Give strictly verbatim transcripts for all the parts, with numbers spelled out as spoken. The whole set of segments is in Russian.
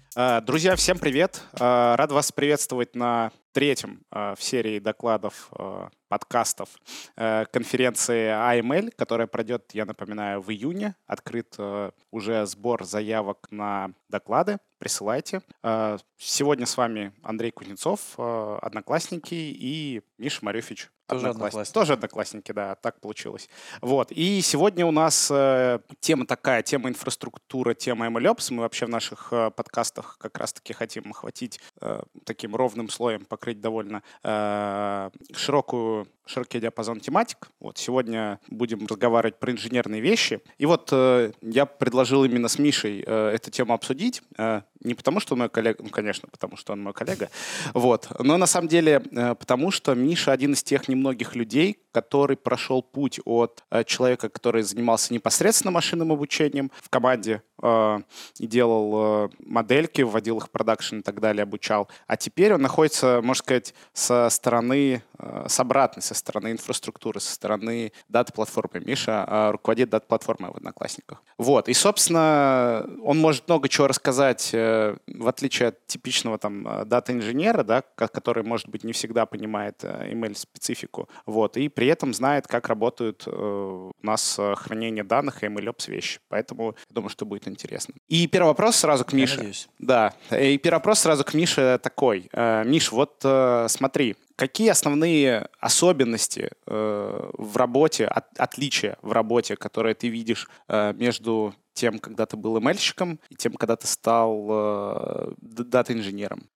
Э, Друзья, всем привет! Э, Рад вас приветствовать на третьем э, в серии докладов, э, подкастов э, конференции эй эм эл, которая пройдет, я напоминаю, в июне. Открыт э, уже сбор заявок на доклады. Присылайте. Э, Сегодня с вами Андрей Кузнецов, э, одноклассники, и Миша Марюфич. Тоже Одноклассники. одноклассники. Тоже одноклассники, да, так получилось. Вот. И сегодня у нас э, тема такая, тема инфраструктура, тема эм эл опс. Мы вообще в наших э, подкастах как раз-таки хотим охватить э, таким ровным слоем, покрыть довольно э, широкую, широкий диапазон тематик. Вот. Сегодня будем разговаривать про инженерные вещи. И вот э, я предложил именно с Мишей э, эту тему обсудить. Э, не потому, что он мой коллега, ну, конечно, потому что он мой коллега, вот. Но на самом деле э, потому, что Миша один из тех немногих людей, который прошел путь от э, человека, который занимался непосредственно машинным обучением в команде э, и делал э, модельки, вводил их в продакшн и так далее, обучал. А теперь он находится, можно сказать, со стороны, э, с обратной, со стороны инфраструктуры, со стороны дата-платформы. Миша э, руководит дата-платформой в Одноклассниках. Вот. И, собственно, он может много чего рассказать, э, в отличие от типичного там э, дата-инженера, да, ко- который, может быть, не всегда понимает э, эм эл-специфику. Вот. И при этом знает, как работают э, у нас э, хранение данных и эм эл опс вещи. Поэтому я думаю, что будет интересно. И первый вопрос сразу к Я Мише. надеюсь. Да. И первый вопрос сразу к Мише такой. Э, Миш, вот э, смотри, какие основные особенности э, в работе, от- отличия в работе, которые ты видишь э, между тем, когда ты был эм эл-щиком, и тем, когда ты стал э, д- дата-инженером?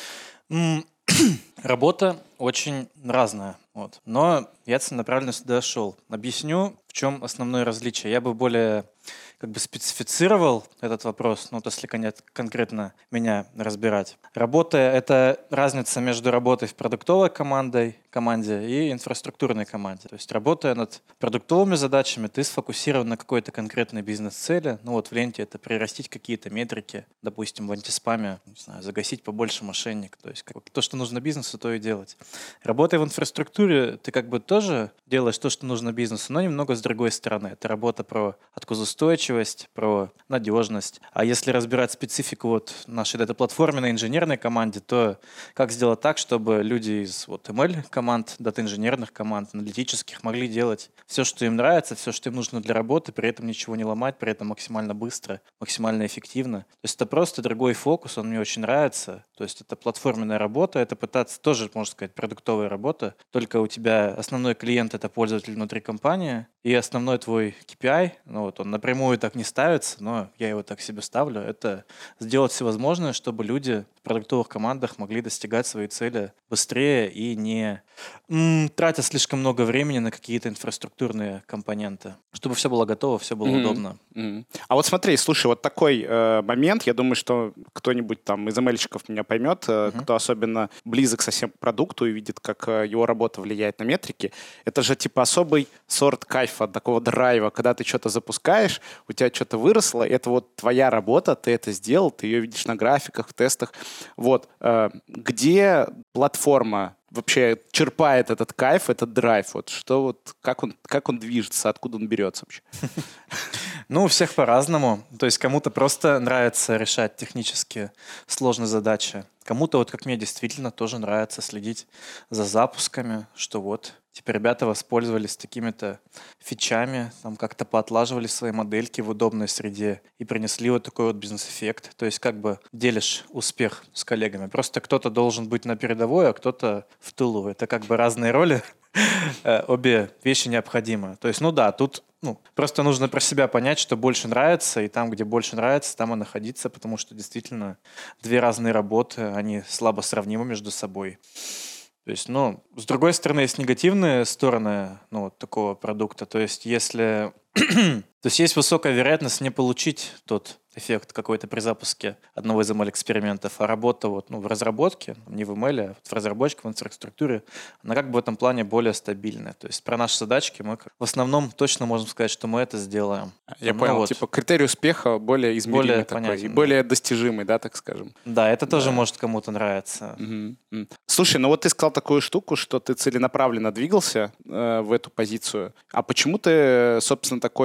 М, Работа очень разная, вот. Но я целенаправленно сюда шел. Объясню, в чем основное различие. Я бы более как бы специфицировал этот вопрос, ну, вот если кон- конкретно меня разбирать. Работа — это разница между работой в продуктовой командой, команде и инфраструктурной команде. То есть, работая над продуктовыми задачами, ты сфокусирован на какой-то конкретной бизнес-цели. Ну вот в ленте это прирастить какие-то метрики, допустим, в антиспаме, не знаю, загасить побольше мошенников. То есть как- то, что нужно бизнесу, то и делать. Работая в инфраструктуре, ты как бы тоже делаешь то, что нужно бизнесу, но немного с другой стороны. Это работа про отказоустойчивость, про надежность. А если разбирать специфику вот нашей дата-платформы на инженерной команде, то как сделать так, чтобы люди из вот эм эл-команд, дата-инженерных команд, аналитических могли делать все, что им нравится, все, что им нужно для работы, при этом ничего не ломать, при этом максимально быстро, максимально эффективно. То есть это просто другой фокус, он мне очень нравится. То есть это платформенная работа, это пытаться тоже, можно сказать, продуктовая работа, только у тебя основной клиент — это пользователь внутри компании, и основной твой кей пи ай, ну вот он напрямую так не ставится, но я его так себе ставлю, это сделать все возможное, чтобы люди в продуктовых командах могли достигать свои цели быстрее и не м, тратя слишком много времени на какие-то инфраструктурные компоненты, чтобы все было готово, все было Мгм. удобно. Мгм. А вот смотри, слушай, вот такой э, момент, я думаю, что кто-нибудь там из эм эл-щиков меня поймет, э, Мгм. кто особенно близок совсем к продукту и видит, как э, его работа влияет на метрики. Это же типа особый сорт кайфа, такого драйва, когда ты что-то запускаешь, у тебя что-то выросло, это вот твоя работа, ты это сделал, ты ее видишь на графиках, в тестах. Вот. э, Где платформа вообще черпает этот кайф, этот драйв? Вот что вот, как он, как он движется, откуда он берется вообще? Ну, у всех по-разному. То есть кому-то просто нравится решать технически сложные задачи. Кому-то, вот как мне, действительно тоже нравится следить за запусками, что вот типа ребята воспользовались такими-то фичами, там как-то поотлаживали свои модельки в удобной среде и принесли вот такой вот бизнес-эффект. То есть как бы делишь успех с коллегами. Просто кто-то должен быть на передовой, а кто-то в тылу. Это как бы разные роли. Э, Обе вещи необходимы. То есть, ну да, тут ну, просто нужно про себя понять, что больше нравится, и там, где больше нравится, там и находиться, потому что действительно две разные работы, они слабо сравнимы между собой. То есть, ну, с другой стороны, есть негативные стороны, ну, вот такого продукта. То есть, если... То есть, есть высокая вероятность не получить тот эффект какой-то при запуске одного из эм эл-экспериментов, а работа вот, ну, в разработке, не в эм эл, а вот в разработке, в инфраструктуре, она как бы в этом плане более стабильная. То есть, про наши задачки мы как- в основном точно можем сказать, что мы это сделаем. Я Ну, понял, вот, типа критерий успеха более измеримый более такой и понятен, да. более достижимый, да, так скажем. Да, это тоже Да. может кому-то нравиться. Мгм. М. Слушай, ну вот ты сказал такую штуку, что ты целенаправленно двигался э, в эту позицию. А почему ты, собственно, такой фокус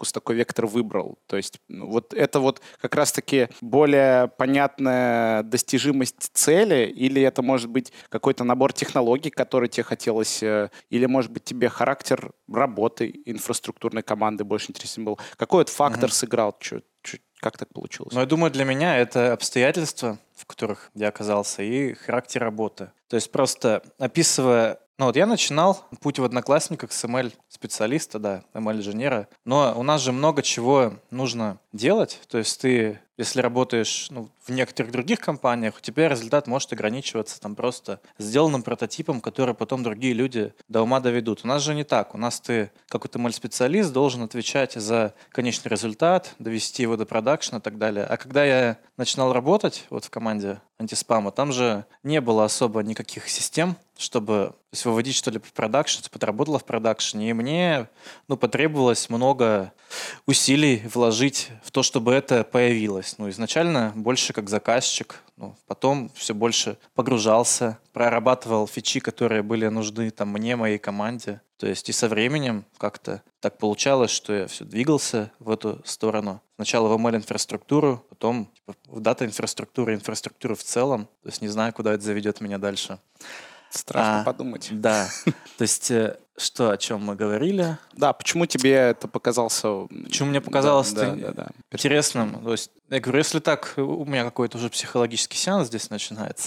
просто такой вектор выбрал? То есть ну, вот это вот как раз-таки более понятная достижимость цели, или это может быть какой-то набор технологий, который тебе хотелось, или, может быть, тебе характер работы инфраструктурной команды больше интересен был? Какой вот фактор угу. сыграл? Чё, чё, как так получилось? Ну, я думаю, для меня это обстоятельства, в которых я оказался, и характер работы. То есть просто описывая... Ну вот я начинал путь в Одноклассниках с эм эль-специалиста, да, эм эль-инженера, но у нас же много чего нужно делать, то есть ты, если работаешь ну, в некоторых других компаниях, у тебя результат может ограничиваться там просто сделанным прототипом, который потом другие люди до ума доведут. У нас же не так, у нас ты, как вот эм эль-специалист, должен отвечать за конечный результат, довести его до продакшна и так далее. А когда я начинал работать вот в команде антиспама, там же не было особо никаких систем, чтобы то есть, выводить что-либо в продакшн, это работало в продакшне, и мне ну, потребовалось много усилий вложить в то, чтобы это появилось. Ну, изначально больше как заказчик, ну, потом все больше погружался, прорабатывал фичи, которые были нужны там, мне, моей команде. То есть и со временем как-то так получалось, что я все двигался в эту сторону. Сначала в эм эль-инфраструктуру, потом типа, в дата-инфраструктуру, инфраструктуру в целом. То есть не знаю, куда это заведет меня дальше. Страшно а, подумать. Да. То есть что, о чем мы говорили? Да, почему тебе это показался... Почему мне показалось да, это да, да, да. интересным? То есть, я говорю, если так, у меня какой-то уже психологический сеанс здесь начинается.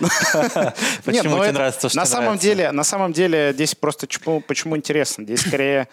Почему тебе нравится то, что на самом деле, на самом деле, здесь просто почему интересно. Здесь скорее...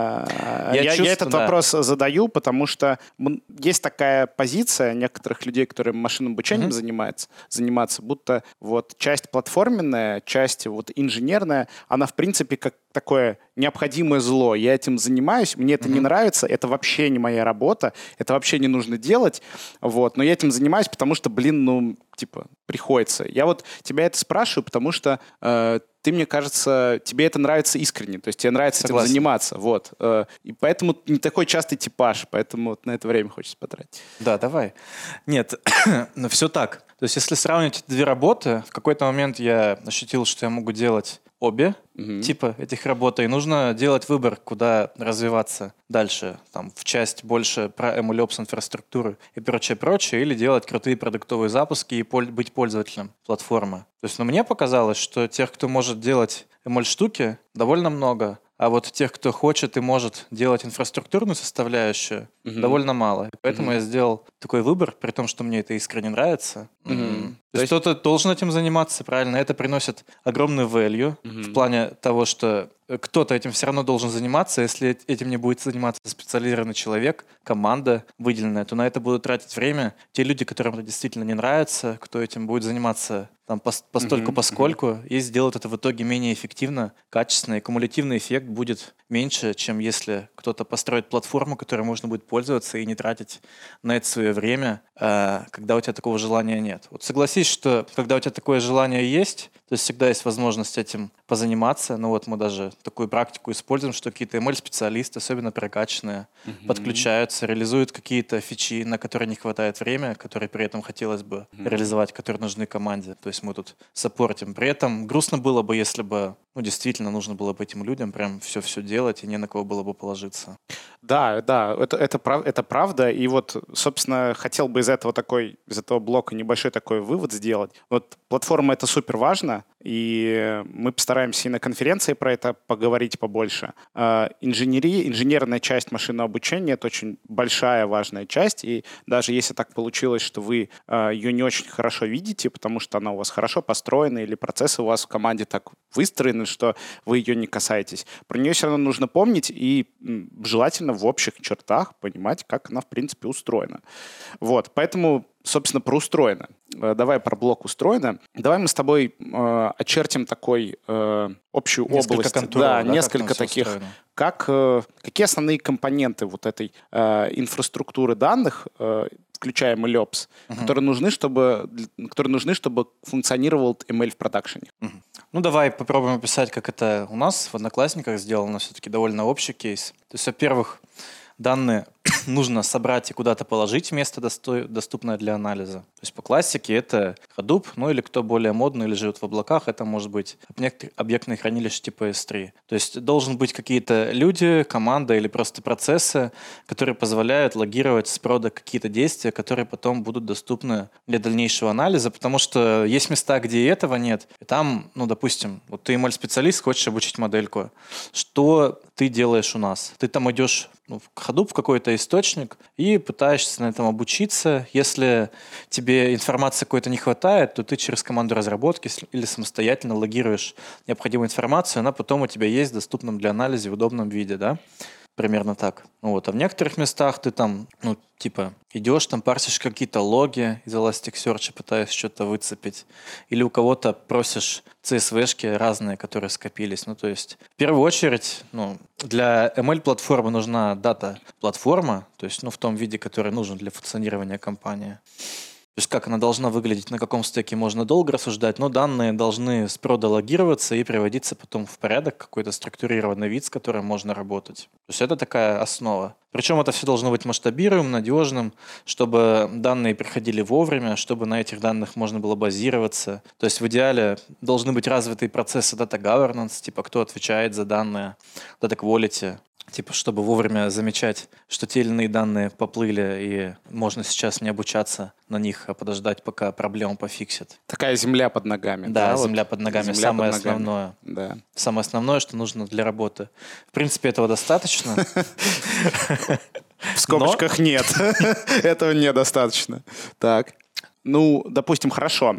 Я этот вопрос задаю, потому что есть такая позиция некоторых людей, которые машинным обучением занимаются, будто вот часть платформенная, часть вот инженерная, она, в принципе, как такое необходимое зло. Я этим занимаюсь, мне это mm-hmm. не нравится, это вообще не моя работа, это вообще не нужно делать, вот. Но я этим занимаюсь, потому что, блин, ну, типа, приходится. Я вот тебя это спрашиваю, потому что э, ты, мне кажется, тебе это нравится искренне, то есть тебе нравится Согласен. Этим заниматься, вот. Э, и поэтому не такой частый типаж, поэтому вот на это время хочется потратить. Да, давай. Нет, но все так. То есть если сравнивать эти две работы, в какой-то момент я ощутил, что я могу делать обе угу. типа этих работ, и нужно делать выбор, куда развиваться дальше, там, в часть больше про эм эл-Ops инфраструктуры и прочее-прочее, или делать крутые продуктовые запуски и пол- быть пользователем платформы. То есть, ну, мне показалось, что тех, кто может делать эм эль-штуки, довольно много, а вот тех, кто хочет и может делать инфраструктурную составляющую, mm-hmm. довольно мало. И поэтому mm-hmm. я сделал такой выбор, при том, что мне это искренне нравится. Mm-hmm. То есть кто-то должен этим заниматься, правильно? Это приносит огромный value mm-hmm. в плане того, что кто-то этим все равно должен заниматься. Если этим не будет заниматься специализированный человек, команда выделенная, то на это будут тратить время те люди, которым это действительно не нравится, кто этим будет заниматься там, постольку mm-hmm. поскольку, mm-hmm. и сделают это в итоге менее эффективно, качественно, и кумулятивный эффект будет меньше, чем если кто-то построит платформу, которой можно будет пользоваться и не тратить на это свое время, когда у тебя такого желания нет. Вот согласись, что когда у тебя такое желание есть, то есть всегда есть возможность этим позаниматься. Ну вот мы даже такую практику используем, что какие-то эм эль-специалисты, особенно прокачанные, mm-hmm. подключаются, реализуют какие-то фичи, на которые не хватает времени, которые при этом хотелось бы mm-hmm. реализовать, которые нужны команде. То есть мы тут саппортим. При этом грустно было бы, если бы ну, действительно нужно было бы этим людям прям все-все делать, и не на кого было бы положиться. Да, да, это, это, прав, это правда. И вот, собственно, хотел бы из этого такой, из этого блока небольшой такой вывод сделать. Вот платформа — это супер важно, и мы постараемся и на конференции про это поговорить побольше. Инженерия, инженерная часть машинного обучения — это очень большая, важная часть, и даже если так получилось, что вы ее не очень хорошо видите, потому что она у вас хорошо построена, или процессы у вас в команде так выстроены, что вы ее не касаетесь, про нее все равно нужно помнить и желательно в общих чертах понимать, как она, в принципе, устроена. Вот, поэтому, собственно, про устроено. Давай про блок устроено. Давай мы с тобой э, очертим такой э, общую несколько область. Контуров, да, да, несколько как таких. Как, э, какие основные компоненты вот этой э, инфраструктуры данных, э, включая эм эль-Ops, uh-huh. которые нужны, чтобы, которые нужны, чтобы функционировал эм эль в продакшене? Uh-huh. Ну, давай попробуем описать, как это у нас в Одноклассниках сделано. Все-таки довольно общий кейс. То есть, во-первых, данные нужно собрать и куда-то положить место, досто- доступное для анализа. То есть по классике это Hadoop, ну или кто более модный или живет в облаках, это может быть объект, объектное хранилище типа эс три. То есть должен быть какие-то люди, команда или просто процессы, которые позволяют логировать с прода какие-то действия, которые потом будут доступны для дальнейшего анализа, потому что есть места, где этого нет. И там, ну, допустим, вот ты эм эль-специалист, хочешь обучить модельку. Что ты делаешь у нас? Ты там идешь ну, в Hadoop, в какой-то источник, и пытаешься на этом обучиться. Если тебе информации какой-то не хватает, то ты через команду разработки или самостоятельно логируешь необходимую информацию, она потом у тебя есть в доступном для анализа в удобном виде, да? Примерно так. Вот. А в некоторых местах ты там, ну, типа, идешь, там парсишь какие-то логи из Elasticsearch, пытаешься что-то выцепить. Или у кого-то просишь си эс ви-шки разные, которые скопились. Ну, то есть, в первую очередь, ну, для эм эль-платформы нужна дата-платформа, то есть, ну, в том виде, который нужен для функционирования компании. То есть как она должна выглядеть, на каком стеке можно долго рассуждать, но данные должны с прода логироваться и приводиться потом в порядок, какой-то структурированный вид, с которым можно работать. То есть это такая основа. Причем это все должно быть масштабируемым, надежным, чтобы данные приходили вовремя, чтобы на этих данных можно было базироваться. То есть в идеале должны быть развитые процессы data governance, типа кто отвечает за данные, data quality, типа, чтобы вовремя замечать, что те или иные данные поплыли, и можно сейчас не обучаться на них, а подождать, пока проблему пофиксят. Такая земля под ногами. Да, Да, земля вот под ногами. земля Самое под ногами. основное. Да. Самое основное, что нужно для работы. В принципе, этого достаточно. В скобочках нет. Этого недостаточно. Так. Ну, допустим, хорошо,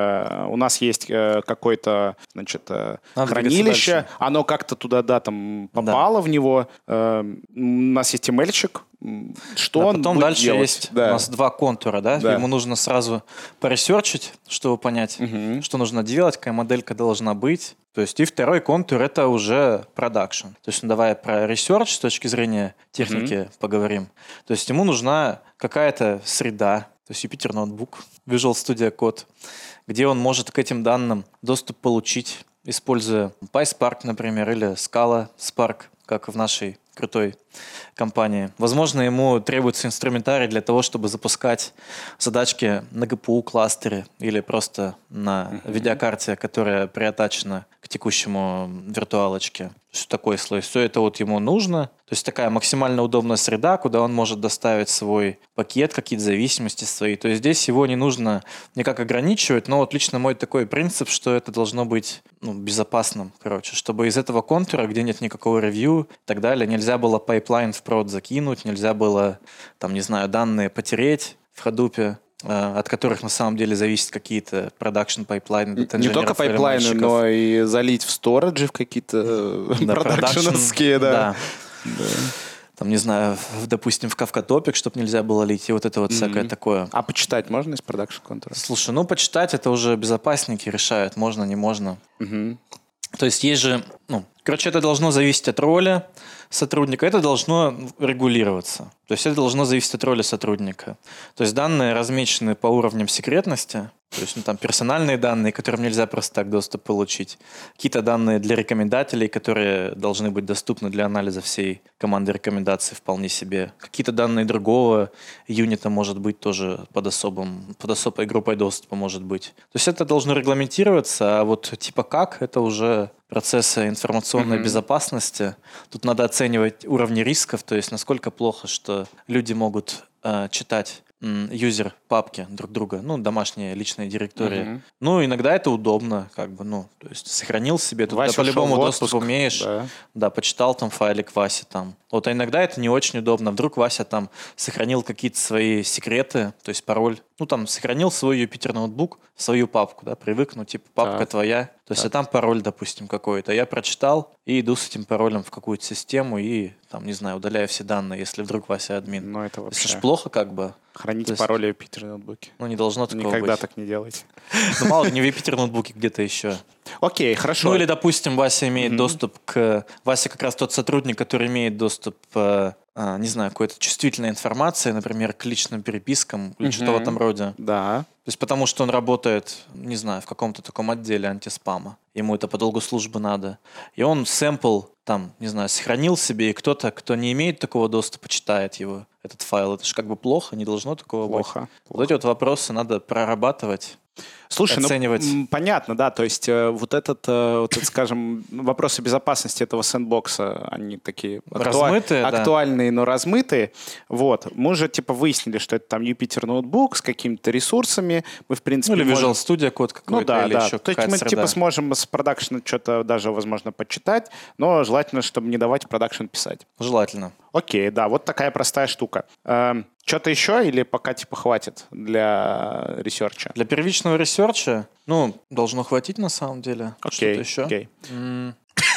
э, у нас есть э, какое-то, значит, э, хранилище, оно как-то туда, да, там попало да. в него, э, у нас есть эмейльчик, что да, он потом будет дальше делать? есть Да. у нас два контура, да? да, ему нужно сразу поресерчить, чтобы понять, угу. что нужно делать, какая моделька должна быть. То есть и второй контур — это уже продакшн. То есть ну, давай про ресерч с точки зрения техники угу. поговорим. То есть ему нужна какая-то среда, то есть Jupyter Notebook, Visual Studio Code, где он может к этим данным доступ получить, используя PySpark, например, или Scala Spark, как в нашей крутой компании. Возможно, ему требуется инструментарий для того, чтобы запускать задачки на джи пи ю-кластере или просто на mm-hmm. видеокарте, которая приатачена к текущему виртуалочке. Что такое слой? Все это вот ему нужно. То есть такая максимально удобная среда, куда он может доставить свой пакет, какие-то зависимости свои. То есть здесь его не нужно никак ограничивать, но вот лично мой такой принцип, что это должно быть ну, безопасным, короче, чтобы из этого контура, где нет никакого ревью и так далее, нельзя было пайплайн в прод закинуть, нельзя было, там, не знаю, данные потереть в Hadoop, от которых на самом деле зависят какие-то продакшн пайплайны. Не только пайплайны, но и залить в сториджи в какие-то да, продакшеновские, да. да. да. Там, не знаю, допустим, в Kafka Topic, чтобы нельзя было лить, и вот это вот mm-hmm. всякое такое. А почитать можно из продакшн контура? Слушай, ну почитать это уже безопасники решают, можно, не можно. Mm-hmm. То есть есть же, ну, короче, это должно зависеть от роли сотрудника, это должно регулироваться. То есть это должно зависеть от роли сотрудника. То есть данные размечены по уровням секретности, то есть ну, там персональные данные, к которым нельзя просто так доступ получить. Какие-то данные для рекомендателей, которые должны быть доступны для анализа всей команды рекомендаций вполне себе. Какие-то данные другого юнита может быть тоже под, особым, под особой группой доступа может быть. То есть это должно регламентироваться, а вот типа как, это уже процессы информационной mm-hmm. безопасности. Тут надо оценивать уровни рисков, то есть насколько плохо, что люди могут э, читать юзер папки друг друга, ну, домашние личные директории. Mm-hmm. Ну, иногда это удобно, как бы, ну, то есть сохранил себе, тут да, по-любому доступ умеешь, да. да, почитал там файлик Васи там. Вот, а иногда это не очень удобно. Вдруг Вася там сохранил какие-то свои секреты, то есть пароль, ну, там, сохранил свой Jupyter ноутбук в свою папку, да, привык, ну, типа, папка так. твоя, то есть, так. а там пароль, допустим, какой-то. Я прочитал и иду с этим паролем в какую-то систему и, там, не знаю, удаляю все данные, если вдруг Вася админ. Ну, это вообще... Это же плохо, как бы. Храните есть... пароли в Jupyter ноутбуке. Ну, не должно такого Никогда быть. так не делайте. Ну, мало ли, не в Jupyter ноутбуке, где-то еще. Окей, хорошо. Ну, или, допустим, Вася имеет mm-hmm. доступ к... Вася как раз тот сотрудник, который имеет доступ, а, не знаю, какой-то чувствительной информации, например, к личным перепискам или mm-hmm. что-то в этом роде. Да. То есть потому что он работает, не знаю, в каком-то таком отделе антиспама. Ему это по долгу службы надо. И он сэмпл там, не знаю, сохранил себе, и кто-то, кто не имеет такого доступа, читает его, этот файл. Это же как бы плохо, не должно такого Плохо. быть. плохо. Вот эти вот вопросы надо прорабатывать. Слушай, оценивать. ну, понятно, да, то есть э, вот этот, э, вот, это, скажем, вопросы безопасности этого сэндбокса, они такие актуа- Размытые, да. актуальные, но размытые. Вот. Мы же типа выяснили, что это там Юпитер ноутбук с какими-то ресурсами. Мы, в принципе, Ну или можем- Visual Studio код какой-то, Ну да, или да. еще То есть какая-то мы среда. типа сможем с продакшена что-то даже, возможно, почитать, но желательно, чтобы не давать продакшн писать. Желательно. Окей, да, вот такая простая штука. Эм, что-то еще или пока типа хватит для ресерча? Для первичного ресерча, ну, должно хватить на самом деле. Окей, Что-то еще? окей. М,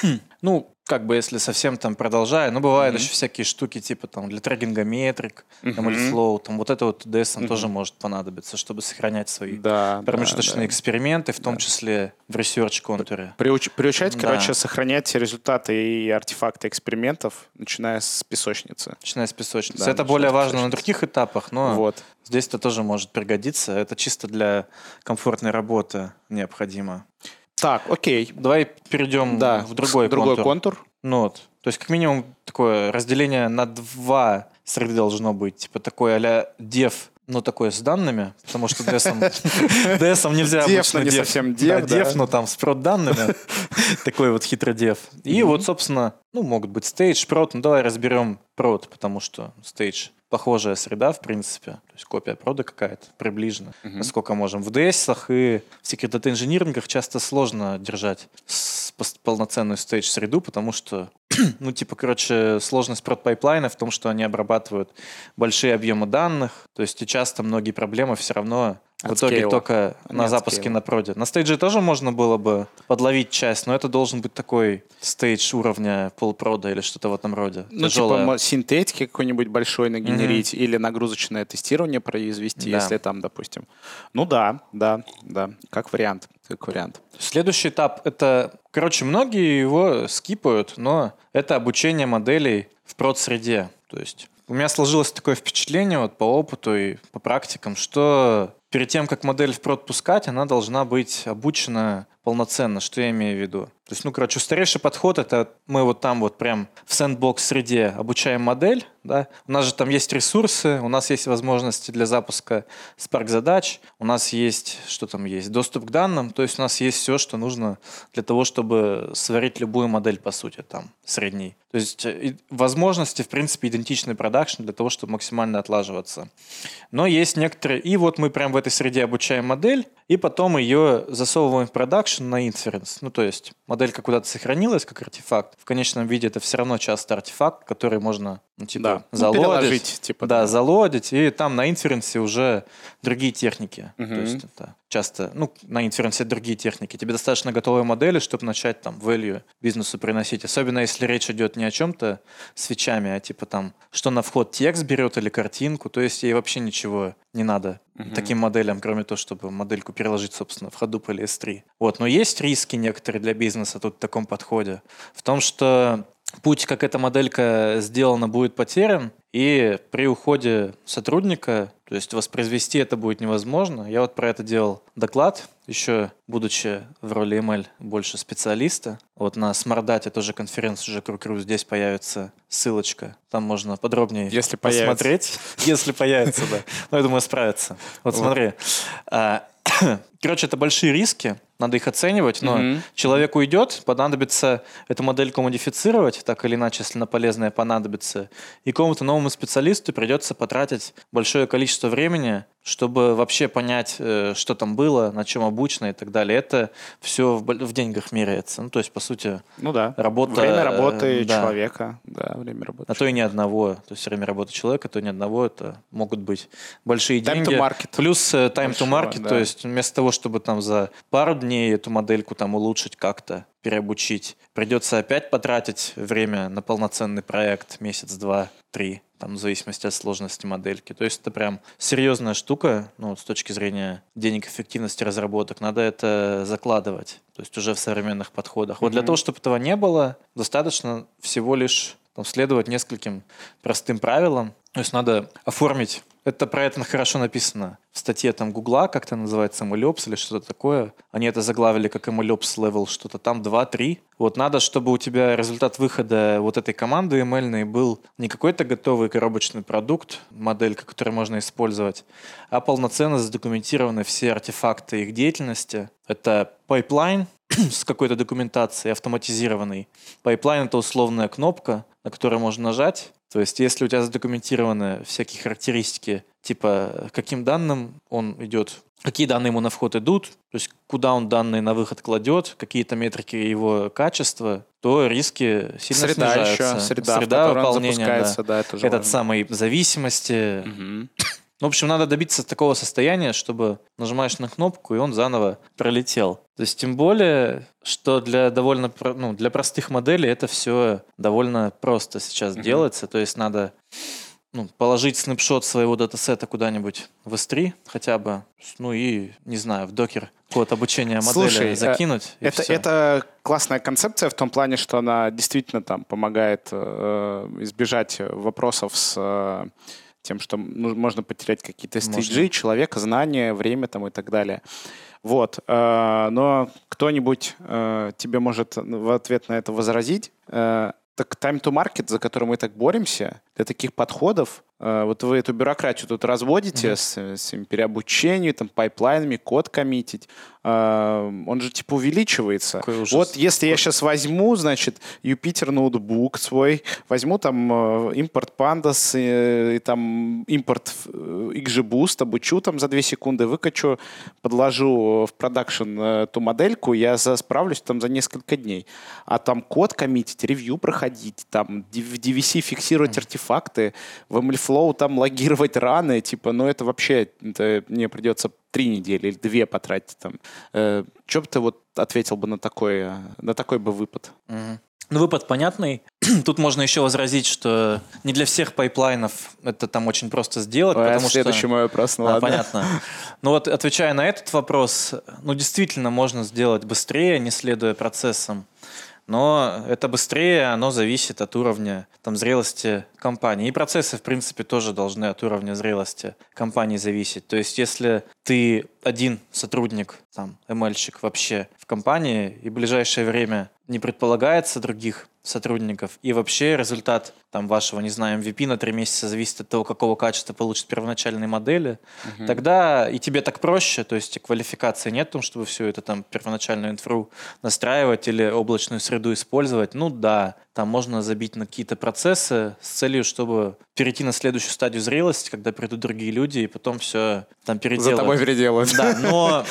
Ну, как бы если совсем там продолжая, ну, бывают Мгм. еще всякие штуки, типа там для трекинга метрик, там, Мгм. или флоу, там вот это вот ди эс Мгм. тоже может понадобиться, чтобы сохранять свои Да, промежуточные да, да. эксперименты, в том Да. числе в ресерч-контуре. Приуч- приучать, Да. короче, сохранять результаты и артефакты экспериментов, начиная с песочницы. Начиная с песочницы. Да, это начиная более с важно на песочницы. других этапах, но Вот. здесь это тоже может пригодиться. Это чисто для комфортной работы необходимо. Так, окей. Давай перейдем Да, в другой, другой контур. контур. Ну вот. То есть, как минимум, такое разделение на два среды должно быть. Типа такой а-ля dev, но такое с данными, потому что ди эс-ом ди эс-ом нельзя Dev, обычно но не dev. совсем Да, dev, да. dev, но там с прод-данными. Такой вот хитрый dev. И вот, собственно, ну, могут быть stage, prod. Ну, давай разберем prod, потому что stage похожая среда, в принципе. То есть копия прода какая-то, приближена. Мгм. Насколько можем. В ди эс-ах и в secret data engineering часто сложно держать с- пос- полноценную stage-среду, потому что, ну, типа, короче, сложность прод-пайплайна в том, что они обрабатывают большие объемы данных. То есть и часто многие проблемы все равно в От итоге скейла. только Не на от запуске скейла. на проде. На стейдже тоже можно было бы подловить часть, но это должен быть такой стейдж уровня полпрода или что-то в этом роде. Ну, Тяжелое. типа мо- синтетики какой-нибудь большой нагенерить или нагрузочное тестирование произвести, Да. если там, допустим. Ну да, да, да. Как вариант. Как вариант. Следующий этап — это, короче, многие его скипают, но это обучение моделей в прод-среде. То есть у меня сложилось такое впечатление вот по опыту и по практикам, что перед тем, как модель в прод пускать, она должна быть обучена полноценно. Что я имею в виду? То есть, ну, короче, устаревший подход — это мы вот там вот прям в сэндбокс-среде обучаем модель, да, у нас же там есть ресурсы, у нас есть возможности для запуска Spark-задач, у нас есть, что там есть, доступ к данным, то есть у нас есть все, что нужно для того, чтобы сварить любую модель, по сути, там, средней. То есть э, и возможности, в принципе, идентичный продакшн для того, чтобы максимально отлаживаться. Но есть некоторые... И вот мы прям в этой среде обучаем модель, и потом ее засовываем в продакшн на inference. Ну, то есть моделька куда-то сохранилась как артефакт. В конечном виде это все равно часто артефакт, который можно, ну, типа, Да. Ну, залодить. переложить, типа, да, да. залодить, и там на инференсе уже другие техники. Мгм. То есть это часто, ну, на инференсе другие техники. Тебе достаточно готовой модели, чтобы начать там value бизнесу приносить. Особенно если речь идет не о чем-то с фичами, а типа там, что на вход текст берет или картинку. То есть ей вообще ничего не надо Мгм. таким моделям, кроме того, чтобы модельку переложить, собственно, в Hadoop или эс три. Вот. Но есть риски некоторые для бизнеса тут в таком подходе. В том, что путь, как эта моделька сделана, будет потерян, и при уходе сотрудника, то есть воспроизвести это будет невозможно. Я вот про это делал доклад, еще будучи в роли эм эл больше специалиста. Вот на Смардате тоже конференция уже кру-кру, здесь появится ссылочка. Там можно подробнее Если появится. посмотреть. Если появится, да. Но я думаю, справится. Вот Вот. смотри. А, Короче, это большие риски, надо их оценивать, но Мгм. человек уйдет, понадобится эту модельку модифицировать, так или иначе, если она полезная понадобится, и какому-то новому специалисту придется потратить большое количество времени, чтобы вообще понять, э, что там было, на чем обучено и так далее. Это все в, бо- в деньгах меряется. Ну, то есть, по сути, Ну да. работа... Время работы э, да. человека. Да, время работы. А то и не одного. То есть время работы человека, то и не одного. Это могут быть большие Time to деньги. market. Плюс э, time to Большого, market. да. То есть вместо того, чтобы там за пару дней эту модельку там улучшить как-то, переобучить, придется опять потратить время на полноценный проект, месяц, два, три, там, в зависимости от сложности модельки. То есть это прям серьезная штука, ну, вот с точки зрения денег, эффективности разработок. Надо это закладывать, то есть уже в современных подходах. Вот для Мгм. того, чтобы этого не было, достаточно всего лишь там, следовать нескольким простым правилам. То есть надо оформить Это про это хорошо написано в статье там Гугла, как-то называется эм эл опс или что-то такое. Они это заглавили как эм эл опс level, что-то там два-три. Вот надо, чтобы у тебя результат выхода вот этой команды эм эльной был не какой-то готовый коробочный продукт, моделька, которую можно использовать, а полноценно задокументированы все артефакты их деятельности. Это пайплайн с какой-то документацией автоматизированной. Пайплайн — это условная кнопка, на которую можно нажать. То есть, если у тебя задокументированы всякие характеристики, типа, каким данным он идет, какие данные ему на вход идут, то есть, куда он данные на выход кладет, какие-то метрики его качества, то риски сильно среда снижаются. Еще, среда, среда в выполнения, запускается, да. да, это Этот самый зависимости. Угу. В общем, надо добиться такого состояния, чтобы нажимаешь на кнопку, и он заново пролетел. То есть, тем более, что для довольно, ну, для простых моделей это все довольно просто сейчас mm-hmm. делается. То есть, надо ну, положить снапшот своего датасета куда-нибудь в эс три хотя бы, ну и, не знаю, в докер код обучения модели Слушай, закинуть. И это, все. это классная концепция в том плане, что она действительно там помогает э, избежать вопросов с... Э, тем, что ну, можно потерять какие-то стейджи человека, знания, время там и так далее. Вот. Но кто-нибудь тебе может в ответ на это возразить. Так time to market, за который мы так боремся, для таких подходов, вот вы эту бюрократию тут разводите mm-hmm. с, с переобучением, там, пайплайнами, код коммитить, он же типа увеличивается. Вот если я сейчас возьму, значит, Юпитер ноутбук свой, возьму там импорт Pandas и, и там импорт икс джи Boost, обучу там за две секунды, выкачу, подложу в продакшн ту модельку, я за, справлюсь там за несколько дней. А там код коммитить, ревью проходить, там в ди ви си фиксировать mm-hmm. артефакты, в эм эл Flow там логировать раны, типа, ну это вообще, это мне придется три недели или две потратить там. Э, Че бы ты вот ответил бы на такой, на такой бы выпад? Mm-hmm. Ну, выпад понятный. Тут можно еще возразить, что не для всех пайплайнов это там очень просто сделать. Ой, потому следующий что... мой вопрос, ну а, ладно. Понятно. Ну вот, отвечая на этот вопрос, ну, действительно можно сделать быстрее, не следуя процессам. Но это быстрее, оно зависит от уровня там, зрелости компании. И процессы, в принципе, тоже должны от уровня зрелости компании зависеть. То есть, если ты один сотрудник, там, эм эльщик вообще в компании, и в ближайшее время не предполагается других сотрудников, и вообще результат там, вашего, не знаю, эм ви пи на три месяца зависит от того, какого качества получат первоначальные модели, uh-huh. тогда и тебе так проще, то есть квалификации нет в том, чтобы все это там первоначальную инфру настраивать или облачную среду использовать. Ну да, там можно забить на какие-то процессы с целью, чтобы перейти на следующую стадию зрелости, когда придут другие люди, и потом все там переделать. За тобой переделают. Да, но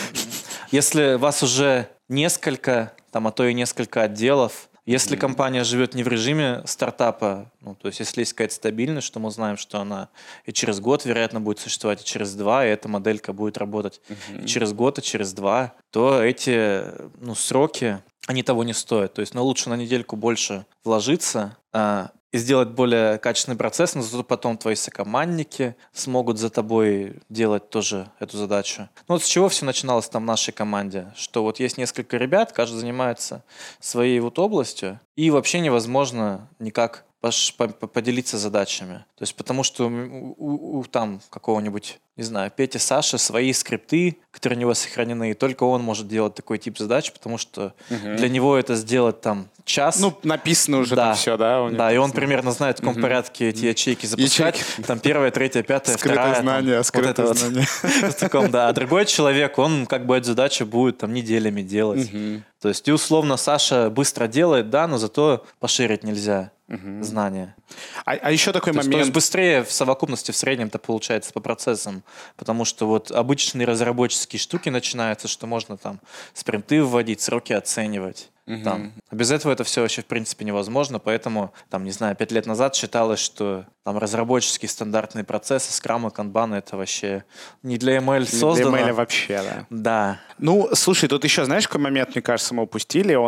если вас уже несколько, там, а то и несколько отделов, если mm-hmm. компания живет не в режиме стартапа, ну, то есть если есть какая-то стабильность, что мы знаем, что она и через год, вероятно, будет существовать, и через два, и эта моделька будет работать mm-hmm. и через год, и через два, то эти ну, сроки, они того не стоят. То есть ну, лучше на недельку больше вложиться, а, и сделать более качественный процесс, но зато потом твои сокомандники смогут за тобой делать тоже эту задачу. Ну вот с чего все начиналось там в нашей команде, что вот есть несколько ребят, каждый занимается своей вот областью, и вообще невозможно никак поделиться задачами. То есть потому что у, у, у там какого-нибудь, не знаю, Пети, Саши свои скрипты, которые у него сохранены, и только он может делать такой тип задач, потому что угу. для него это сделать там час. Ну, написано уже да, там все, да? Да, написано. И он примерно знает, в каком угу. порядке эти ячейки запускать. Ячейки. Там первая, третья, пятая, скрытое вторая. Знание, там, скрытое вот знание. Вот, в таком, да. А другой человек, он как бы эту задачу будет там неделями делать. Угу. То есть, и условно Саша быстро делает, да, но зато поширить нельзя. Угу. Знания. А, а еще такой то момент... Есть, то есть быстрее в совокупности в среднем-то получается по процессам, потому что вот обычные разработческие штуки начинаются, что можно там спринты вводить, сроки оценивать. Угу. Там. А без этого это все вообще в принципе невозможно, поэтому, там, не знаю, пять лет назад считалось, что там разработческие стандартные процессы, скрам и канбан — это вообще не для эм эл создано. Не для эм эл вообще, да. Да. Ну, слушай, тут еще, знаешь, какой момент, мне кажется, мы упустили, он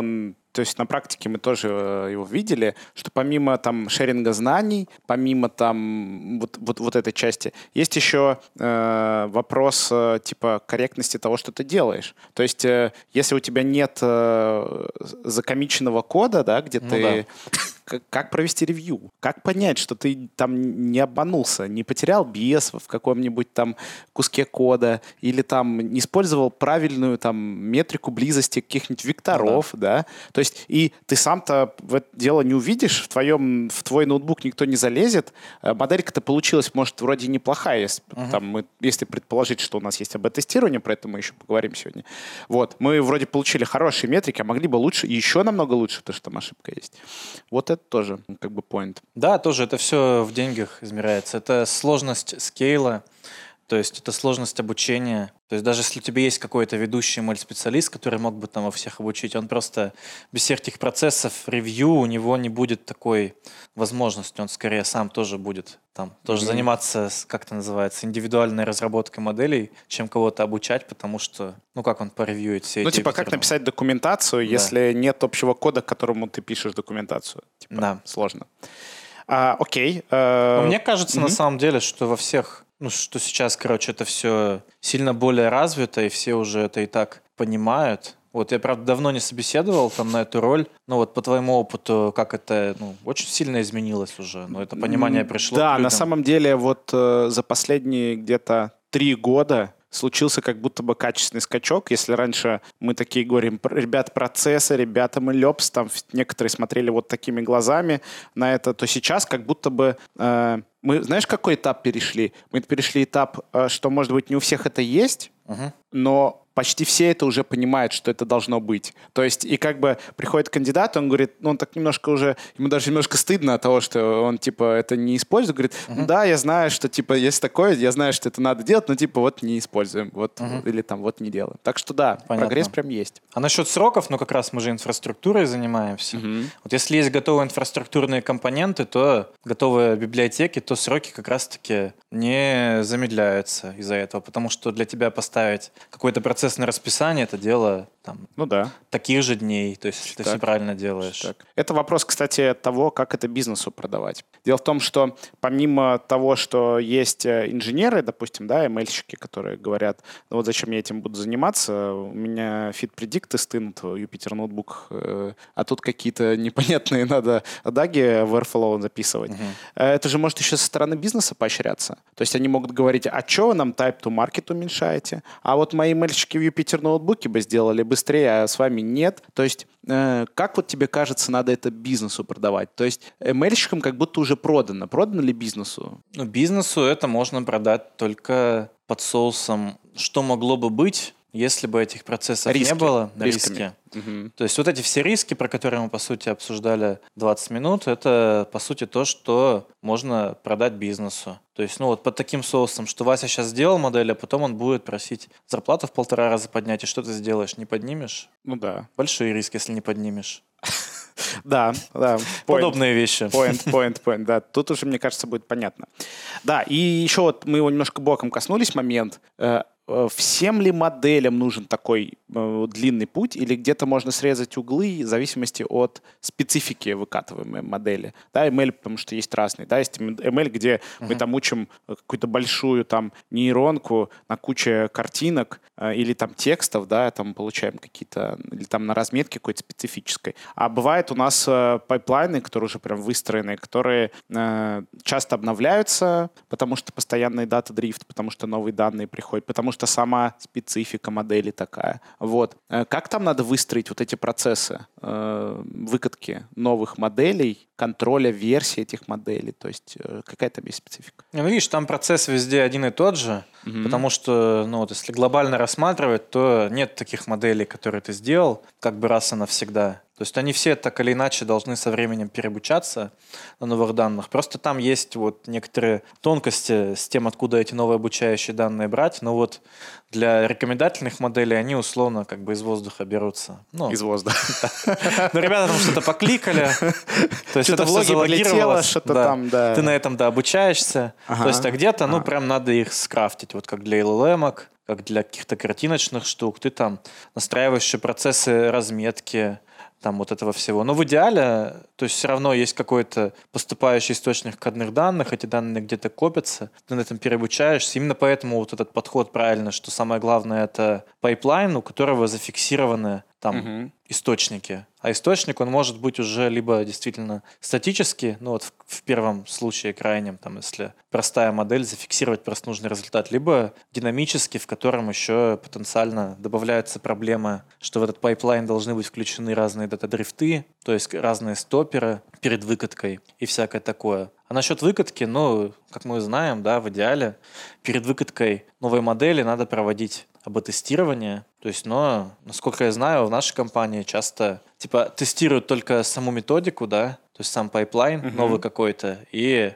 то есть на практике мы тоже его видели, что помимо там шеринга знаний, помимо там вот, вот, вот этой части, есть еще э, вопрос э, типа корректности того, что ты делаешь. То есть э, если у тебя нет э, закомиченного кода, да, где ну ты... Да. Как провести ревью? Как понять, что ты там не обманулся, не потерял биэс в каком-нибудь там куске кода или там не использовал правильную там метрику близости каких-нибудь векторов, да? да? То есть и ты сам-то в это дело не увидишь, в, твоем, в твой ноутбук никто не залезет. Моделька-то получилась, может, вроде неплохая, если, uh-huh. там, мы, если предположить, что у нас есть эй би-тестирование, про это мы еще поговорим сегодня. Вот, мы вроде получили хорошие метрики, а могли бы лучше, и еще намного лучше, потому что там ошибка есть. Вот это тоже как бы point. Да, тоже это все в деньгах измеряется. Это сложность скейла, то есть это сложность обучения. То есть даже если у тебя есть какой-то ведущий эм эль-специалист, который мог бы там во всех обучить, он просто без всех этих процессов ревью, у него не будет такой возможности. Он скорее сам тоже будет там тоже mm-hmm. заниматься, как это называется, индивидуальной разработкой моделей, чем кого-то обучать, потому что, ну как он поревьюет все ну, эти... Ну типа как равно. Написать документацию, да. если нет общего кода, к которому ты пишешь документацию. Типа да. сложно. А, окей. А... Мне кажется mm-hmm. на самом деле, что во всех... Ну, что сейчас, короче, это все сильно более развито, и все уже это и так понимают. Вот я, правда, давно не собеседовал там на эту роль, но вот по твоему опыту, как это ну, очень сильно изменилось уже, но это понимание пришло да, к людям. На самом деле вот э, за последние где-то три года случился как будто бы качественный скачок. Если раньше мы такие говорим, ребят, процессы, ребята, мы лёпс, там некоторые смотрели вот такими глазами на это, то сейчас как будто бы... Э, мы, знаешь, какой этап перешли? Мы перешли этап, э, что, может быть, не у всех это есть, uh-huh. но почти все это уже понимают, что это должно быть. То есть, и как бы приходит кандидат, он говорит, ну, он так немножко уже, ему даже немножко стыдно от того, что он, типа, это не использует. Говорит, uh-huh. да, я знаю, что, типа, есть такое, я знаю, что это надо делать, но, типа, вот не используем, вот, uh-huh. или там, вот не делаем. Так что, да, понятно. Прогресс прям есть. А насчет сроков, ну, как раз мы же инфраструктурой занимаемся. Uh-huh. Вот если есть готовые инфраструктурные компоненты, то готовые библиотеки, то сроки как раз-таки не замедляются из-за этого, потому что для тебя поставить какой-то процессное расписание, это дело там, ну да. таких же дней, то есть если так, ты все правильно делаешь. Так. Это вопрос, кстати, того, как это бизнесу продавать. Дело в том, что помимо того, что есть инженеры, допустим, да, эм эльщики, которые говорят, ну вот зачем я этим буду заниматься, у меня фит-предикты стынут, Юпитер ноутбук, а тут какие-то непонятные надо даги в Airflow записывать. Угу. Это же может еще со стороны бизнеса поощряться. То есть они могут говорить, а что вы нам type to market уменьшаете? А вот мои эм эльщики в Юпитер ноутбуке бы сделали быстрее, а с вами нет. То есть э, как вот тебе кажется, надо это бизнесу продавать? То есть эм эльщикам как будто уже продано. Продано ли бизнесу? Ну, бизнесу это можно продать только под соусом, что могло бы быть, если бы этих процессов риски. не было. Риски. Угу. То есть вот эти все риски, про которые мы, по сути, обсуждали двадцать минут, это, по сути, то, что можно продать бизнесу. То есть, ну вот под таким соусом, что Вася сейчас сделал модель, а потом он будет просить зарплату в полтора раза поднять, и что ты сделаешь? Не поднимешь? Ну да. Большие риски, если не поднимешь. Да, да. Подобные вещи. Point, point, point, да. Тут уже, мне кажется, будет понятно. Да, и еще вот мы его немножко боком коснулись момент. Всем ли моделям нужен такой э, длинный путь, или где-то можно срезать углы в зависимости от специфики выкатываемой модели? Да, эм эль, потому что есть разные. Да, есть эм эль, где uh-huh. мы там учим какую-то большую там нейронку на куче картинок э, или там текстов, да, там получаем какие-то, или там на разметке какой-то специфической. А бывает у нас э, пайплайны, которые уже прям выстроены, которые э, часто обновляются, потому что постоянный дата-дрифт, потому что новые данные приходят, потому что сама специфика модели такая. Вот. Как там надо выстроить вот эти процессы э, выкатки новых моделей, контроля версии этих моделей? То есть э, какая там есть специфика? Ну, видишь, там процесс везде один и тот же, mm-hmm. потому что, ну, вот, если глобально рассматривать, то нет таких моделей, которые ты сделал, как бы раз и навсегда. То есть они все так или иначе должны со временем переобучаться на новых данных. Просто там есть вот некоторые тонкости с тем, откуда эти новые обучающие данные брать. Но вот для рекомендательных моделей они условно как бы из воздуха берутся. Ну, из воздуха. Ну, ребята там что-то покликали. То есть это все залогировалось. Что-то там, да. Ты на этом, да, обучаешься. То есть а где-то, ну, прям надо их скрафтить. Вот как для эл эл эм-ок, как для каких-то картиночных штук. Ты там настраиваешь еще процессы разметки, там вот этого всего. Но в идеале, то есть все равно есть какой-то поступающий источник входных данных, эти данные где-то копятся, ты на этом переобучаешься. Именно поэтому вот этот подход правильно, что самое главное — это пайплайн, у которого зафиксированы там Мгм. источники. А источник, он может быть уже либо действительно статический, ну вот в, в первом случае крайнем, там, если простая модель, зафиксировать просто нужный результат, либо динамический, в котором еще потенциально добавляются проблемы, что в этот пайплайн должны быть включены разные дата-дрифты, то есть разные стоперы перед выкаткой и всякое такое. А насчет выкатки, ну, как мы знаем, да, в идеале перед выкаткой новой модели надо проводить АБ-тестирование. То есть, но, насколько я знаю, в нашей компании часто типа тестируют только саму методику, да, то есть сам пайплайн Мгм. новый какой-то, и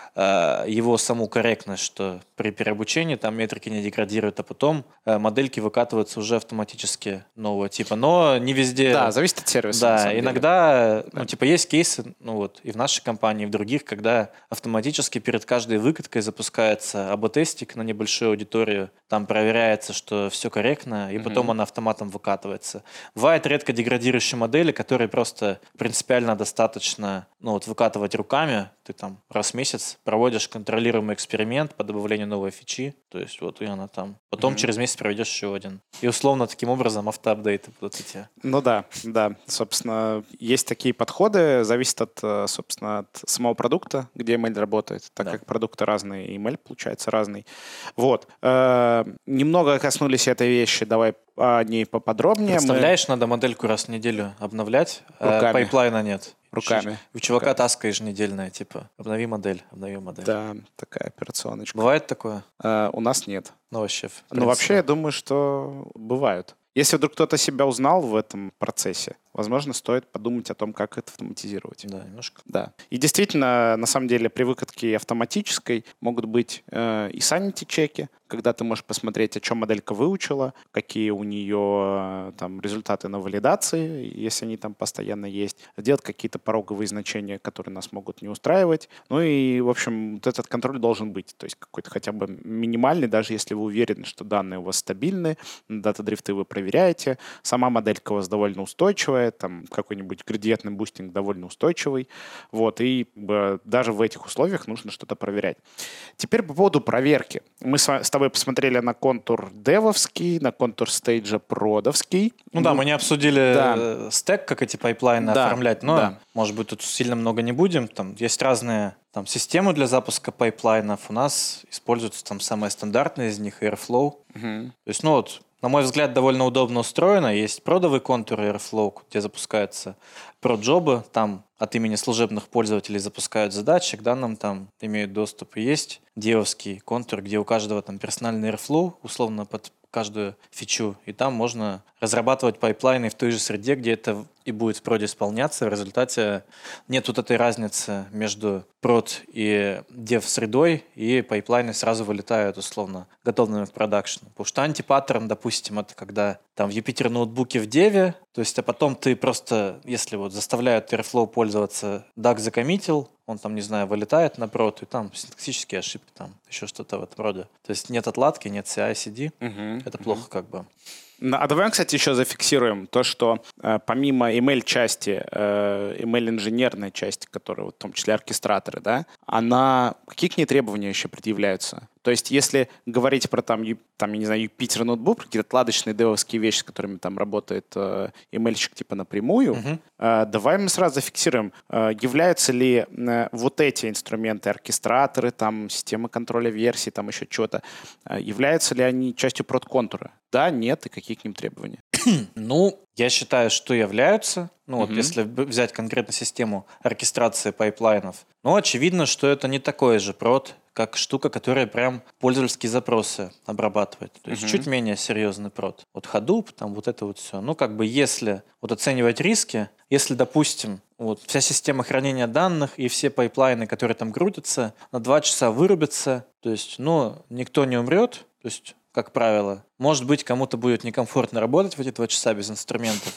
э, его саму корректность, что при переобучении там метрики не деградируют, а потом э, модельки выкатываются уже автоматически нового типа. Но не везде. Да, зависит от сервиса, на Да, самом деле. иногда, Да. ну, типа, есть кейсы, ну, вот, и в нашей компании, и в других, когда автоматически перед каждой выкаткой запускается АБ-тестик на небольшую аудиторию, там проверяется, что все корректно, и потом Мгм. она автоматом выкатывается. Бывают редко деградирующие модели, которые просто принципиально достаточно, ну, вот, выкатывать руками, ты там раз в месяц проводишь контролируемый эксперимент по добавлению новой фичи, то есть вот и она там. Потом Мгм. через месяц проведешь еще один. И условно таким образом автоапдейты будут идти. Ну да, да. Собственно, есть такие подходы, зависит от, э, собственно, от самого продукта, где эм эл работает, так Да. как продукты разные, и эм эл получается разный. Вот. Э, Немного коснулись этой вещи, давай о ней поподробнее. Мы- Представляешь, надо модельку раз в неделю обновлять, а Руками. пайплайна нет. Руками. У чувака таска еженедельная, типа, обнови модель, обнови модель. Да, такая операционочка. Бывает такое? Э, У нас нет. Ну, вообще, в Ну, принципе. вообще, я думаю, что бывают. Если вдруг кто-то себя узнал в этом процессе, возможно, стоит подумать о том, как это автоматизировать. Да, немножко. Да. И действительно, на самом деле, при выкатке автоматической могут быть э, и санити-чеки, когда ты можешь посмотреть, о чем моделька выучила, какие у нее э, там результаты на валидации, если они там постоянно есть, сделать какие-то пороговые значения, которые нас могут не устраивать. Ну и, в общем, вот этот контроль должен быть, то есть какой-то хотя бы минимальный, даже если вы уверены, что данные у вас стабильны, дата-дрифты вы проверяете, сама моделька у вас довольно устойчивая, там какой-нибудь градиентный бустинг довольно устойчивый, вот, и э, даже в этих условиях нужно что-то проверять. Теперь по поводу проверки. Мы с, ва- с тобой посмотрели на контур девовский, на контур стейджа продовский. Ну да, мы не обсудили да. э, стек, как эти пайплайны Да, оформлять, но, да. может быть, тут сильно много не будем. Там есть разные там, системы для запуска пайплайнов. У нас используются там самые стандартные из них, Airflow. Мгм. То есть, ну вот, на мой взгляд, довольно удобно устроено. Есть продовый контур Airflow, где запускаются проджобы, там от имени служебных пользователей запускают задачи, к данным там имеют доступ. И есть девовский контур, где у каждого там персональный Airflow, условно под каждую фичу, и там можно разрабатывать пайплайны в той же среде, где это и будет в проде исполняться. В результате нет вот этой разницы между прод и дев-средой, и пайплайны сразу вылетают, условно, готовыми в продакшн. Потому что антипаттерн, допустим, это когда там в Юпитер ноутбуке в деве, то есть, а потом ты просто, если вот заставляют Airflow пользоваться, дак закоммитил, он там, не знаю, вылетает на прод, и там синтаксические ошибки, там еще что-то в этом роде. То есть нет отладки, нет си ай си ди. Мгм. Это плохо как бы. Ну, а давай, кстати, еще зафиксируем то, что э, помимо эм эл-части, э, эм эл-инженерной части, которая вот, в том числе оркестраторы, да, она, какие к ней требования еще предъявляются? То есть, если говорить про там, ю- там я не знаю, Юпитер ноутбук, какие-то отладочные девовские вещи, с которыми там работает э, эм эл-щик типа напрямую, Мгм. э, давай мы сразу зафиксируем, э, являются ли э, вот эти инструменты, оркестраторы, там, системы контроля версий, там еще что-то, э, являются ли они частью прод-контура? Да, нет, и какие к ним требования? Ну, я считаю, что являются. Ну, вот Мгм. если б- взять конкретно систему оркестрации пайплайнов. Ну, очевидно, что это не такой же прод, как штука, которая прям пользовательские запросы обрабатывает. То есть Мгм. чуть менее серьезный прод. Вот Hadoop, там вот это вот все. Ну, как бы если вот оценивать риски, если, допустим, вот вся система хранения данных и все пайплайны, которые там крутятся, на два часа вырубятся, то есть, ну, никто не умрет, то есть, как правило. Может быть, кому-то будет некомфортно работать в эти два часа без инструментов.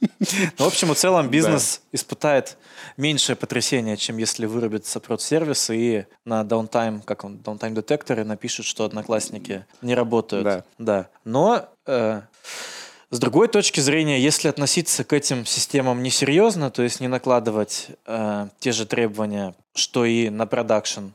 Но, в общем и целом, бизнес испытает меньшее потрясение, чем если вырубится прод-сервис и на даунтайм, как он, даунтайм-детекторе напишут, что одноклассники не работают. Да. Да. Но э, С другой точки зрения, если относиться к этим системам несерьезно, то есть не накладывать э, те же требования, что и на продакшн,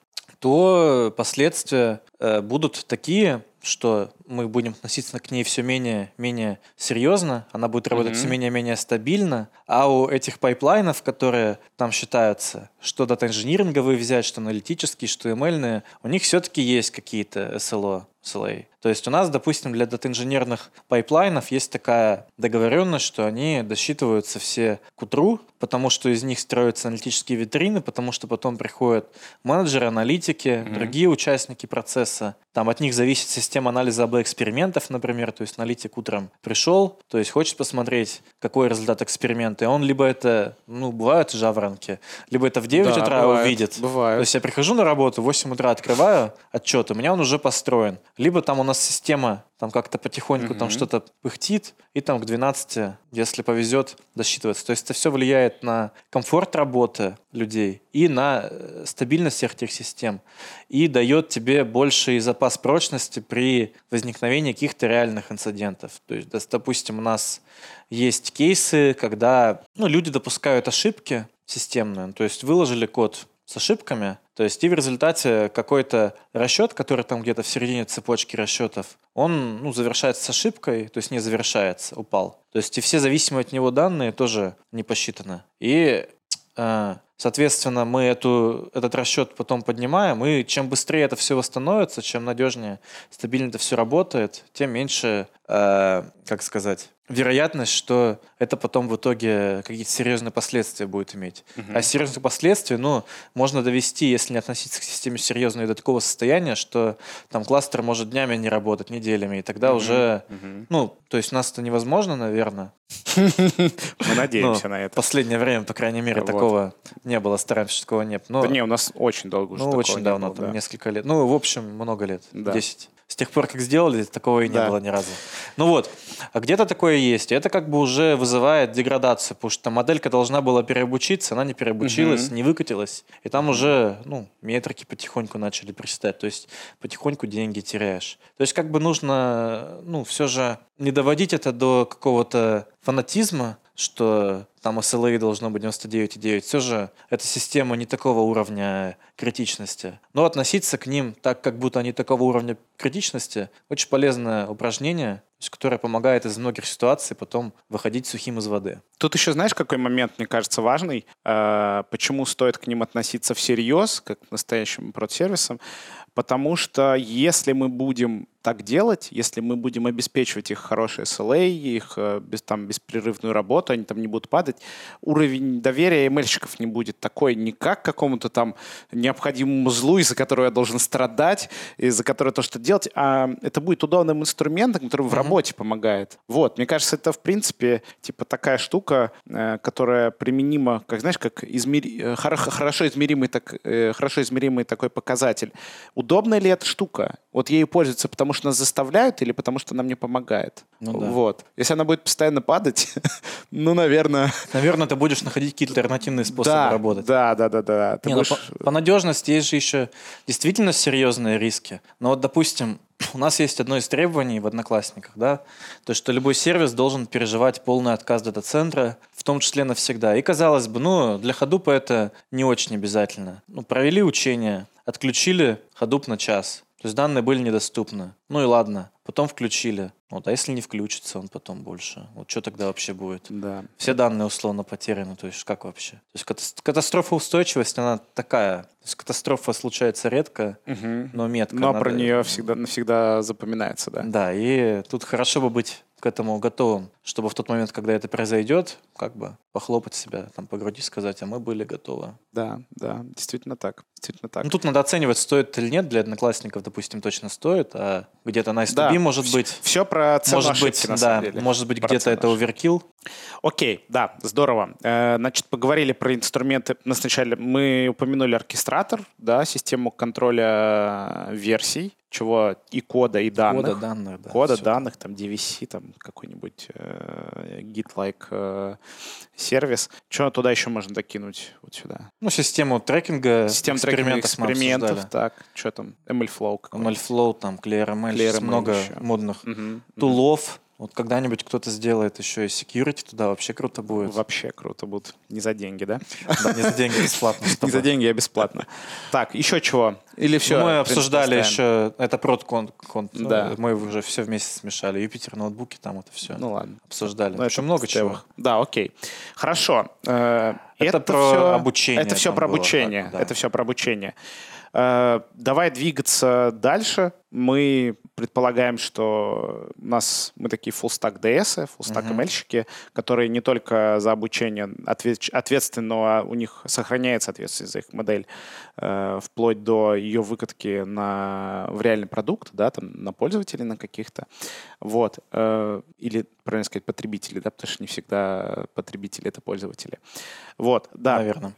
то последствия э, будут такие, что мы будем относиться к ней все менее, менее серьезно, она будет работать mm-hmm. все менее-менее стабильно, а у этих пайплайнов, которые там считаются, что дата-инжиниринговые взять, что аналитические, что эм эль-ные, у них все-таки есть какие-то эс эл о, эс эл эй. То есть у нас, допустим, для дата-инженерных пайплайнов есть такая договоренность, что они досчитываются все к утру, потому что из них строятся аналитические витрины, потому что потом приходят менеджеры, аналитики, mm-hmm. другие участники процесса. Там от них зависит система анализа эй би-экспериментов, например. То есть аналитик утром пришел, то есть хочет посмотреть, какой результат эксперимента. И он либо это, ну, бывают жаворонки, либо это в девять да, утра бывает, увидит. Бывает. То есть я прихожу на работу, в восемь утра открываю отчет, у меня он уже построен. Либо там у нас система там как-то потихоньку mm-hmm. там что-то пыхтит, и там к двенадцати, если повезет, досчитывается. То есть это все влияет на комфорт работы людей и на стабильность всех этих систем. И дает тебе больший запас прочности при возникновении каких-то реальных инцидентов. То есть, допустим, у нас есть кейсы, когда ну, люди допускают ошибки системные. То есть выложили код с ошибками, то есть и в результате какой-то расчет, который там где-то в середине цепочки расчетов, он ну, завершается с ошибкой, то есть не завершается, упал. То есть и все зависимые от него данные тоже не посчитаны. И, э, соответственно, мы эту, этот расчет потом поднимаем, и чем быстрее это все восстановится, чем надежнее, стабильно это все работает, тем меньше, э, как сказать, вероятность, что это потом в итоге какие-то серьезные последствия будет иметь. Uh-huh. А серьезных последствий, ну, можно довести, если не относиться к системе серьезно, и до такого состояния, что там кластер может днями не работать, неделями, и тогда uh-huh. уже, uh-huh. ну, то есть у нас это невозможно, наверное. Мы надеемся на это. В последнее время, по крайней мере, такого не было, стараемся, что такого нет. Да не, у нас очень долго уже такого не было. Ну, очень давно, там несколько лет. Ну, в общем, много лет, десять. С тех пор, как сделали, такого и не да. было ни разу. Ну вот, а где-то такое есть. И это как бы уже вызывает деградацию, потому что моделька должна была переобучиться, она не переобучилась, угу. не выкатилась. И там угу. уже ну, метрики потихоньку начали приседать. То есть потихоньку деньги теряешь. То есть как бы нужно ну, все же не доводить это до какого-то фанатизма, что там эс эл эй должно быть девяносто девять и девять. Все же эта система не такого уровня критичности. Но относиться к ним так, как будто они такого уровня критичности, очень полезное упражнение, которое помогает из многих ситуаций потом выходить сухим из воды. Тут еще знаешь, какой момент, мне кажется, важный? Почему стоит к ним относиться всерьез, как к настоящим продсервисам? Потому что если мы будем так делать, если мы будем обеспечивать их хороший эс эл эй, их без, там, беспрерывную работу, они там не будут падать, уровень доверия эм эльщиков не будет такой не как к какому-то там необходимому злу, из-за которого я должен страдать, из-за которого то, что делать, а это будет удобным инструментом, который в работе mm-hmm. помогает. Вот, мне кажется, это в принципе типа такая штука, которая применима, как знаешь, как измер... хорошо измеримый, так... хорошо измеримый такой показатель. Удобная ли эта штука? Вот ею пользуются, потому что нас заставляют или потому что она мне помогает? Ну, да. Вот. Если она будет постоянно падать, ну, наверное... Наверное, ты будешь находить какие-то альтернативные способы да, работать. Да, да, да, да. Не, будешь... ну, по, по надежности есть же еще действительно серьезные риски. Но вот, допустим, у нас есть одно из требований в Одноклассниках, да, то, что любой сервис должен переживать полный отказ дата-центра, в том числе навсегда. И, казалось бы, ну, для Hadoop это не очень обязательно. Ну, провели учение, отключили Hadoop на час. То есть данные были недоступны. Ну и ладно. Потом включили. Вот, а если не включится он потом больше? Вот что тогда вообще будет? Да. Все данные условно потеряны. То есть как вообще? То есть катастрофоустойчивость, она такая. То есть катастрофа случается редко, угу. но метко. Но надо... про нее всегда, навсегда запоминается, да? Да, и тут хорошо бы быть к этому готовым, чтобы в тот момент, когда это произойдет, как бы похлопать себя там по груди, сказать, а мы были готовы. Да, да, действительно так. Действительно так. Ну, тут надо оценивать, стоит или нет. Для одноклассников, допустим, точно стоит, а где-то nice to be, да, может все, быть. Все про цену может ошибки, быть, на да, самом деле. Может быть, про где-то это оверкилл. Окей, да, здорово. Значит, поговорили про инструменты. Сначала мы упомянули оркестратор, да, систему контроля версий, чего и кода, и данных. Кода данных, да. Кода данных, там ди ви си, там какой-нибудь э, Git-like э, сервис. Что туда еще можно докинуть? Вот сюда. Ну, систему трекинга, Систему экспериментов, экспериментов так. Что там? эм эль Flow. эм эль Flow, там, ClearML, ClearML много еще. Модных угу, тулов. Вот когда-нибудь кто-то сделает еще и security туда, вообще круто будет. Вообще круто будет. Не за деньги, да? Да, не за деньги, бесплатно. Не за деньги, а бесплатно. Так, еще чего? Или все? Мы обсуждали еще, это прод-конт, Да. мы уже все вместе смешали. Юпитер, ноутбуки, там это все Ну ладно. обсуждали. Ну, Еще много чего. Да, окей. Хорошо. Это про обучение Это все там про было, обучение. да, да. Это все про обучение. Э, Давай двигаться дальше. Мы предполагаем, что у нас мы такие full-stack ди эс, full-stack Мгм. эм эль-щики, которые не только за обучение ответ- ответственны, но а у них сохраняется ответственность за их модель э, вплоть до ее выкатки на, в реальный продукт, да, там, на пользователей на каких-то. Вот. Э, Или, правильно сказать, потребители, да, потому что не всегда потребители — это пользователи. Вот, да. Наверное.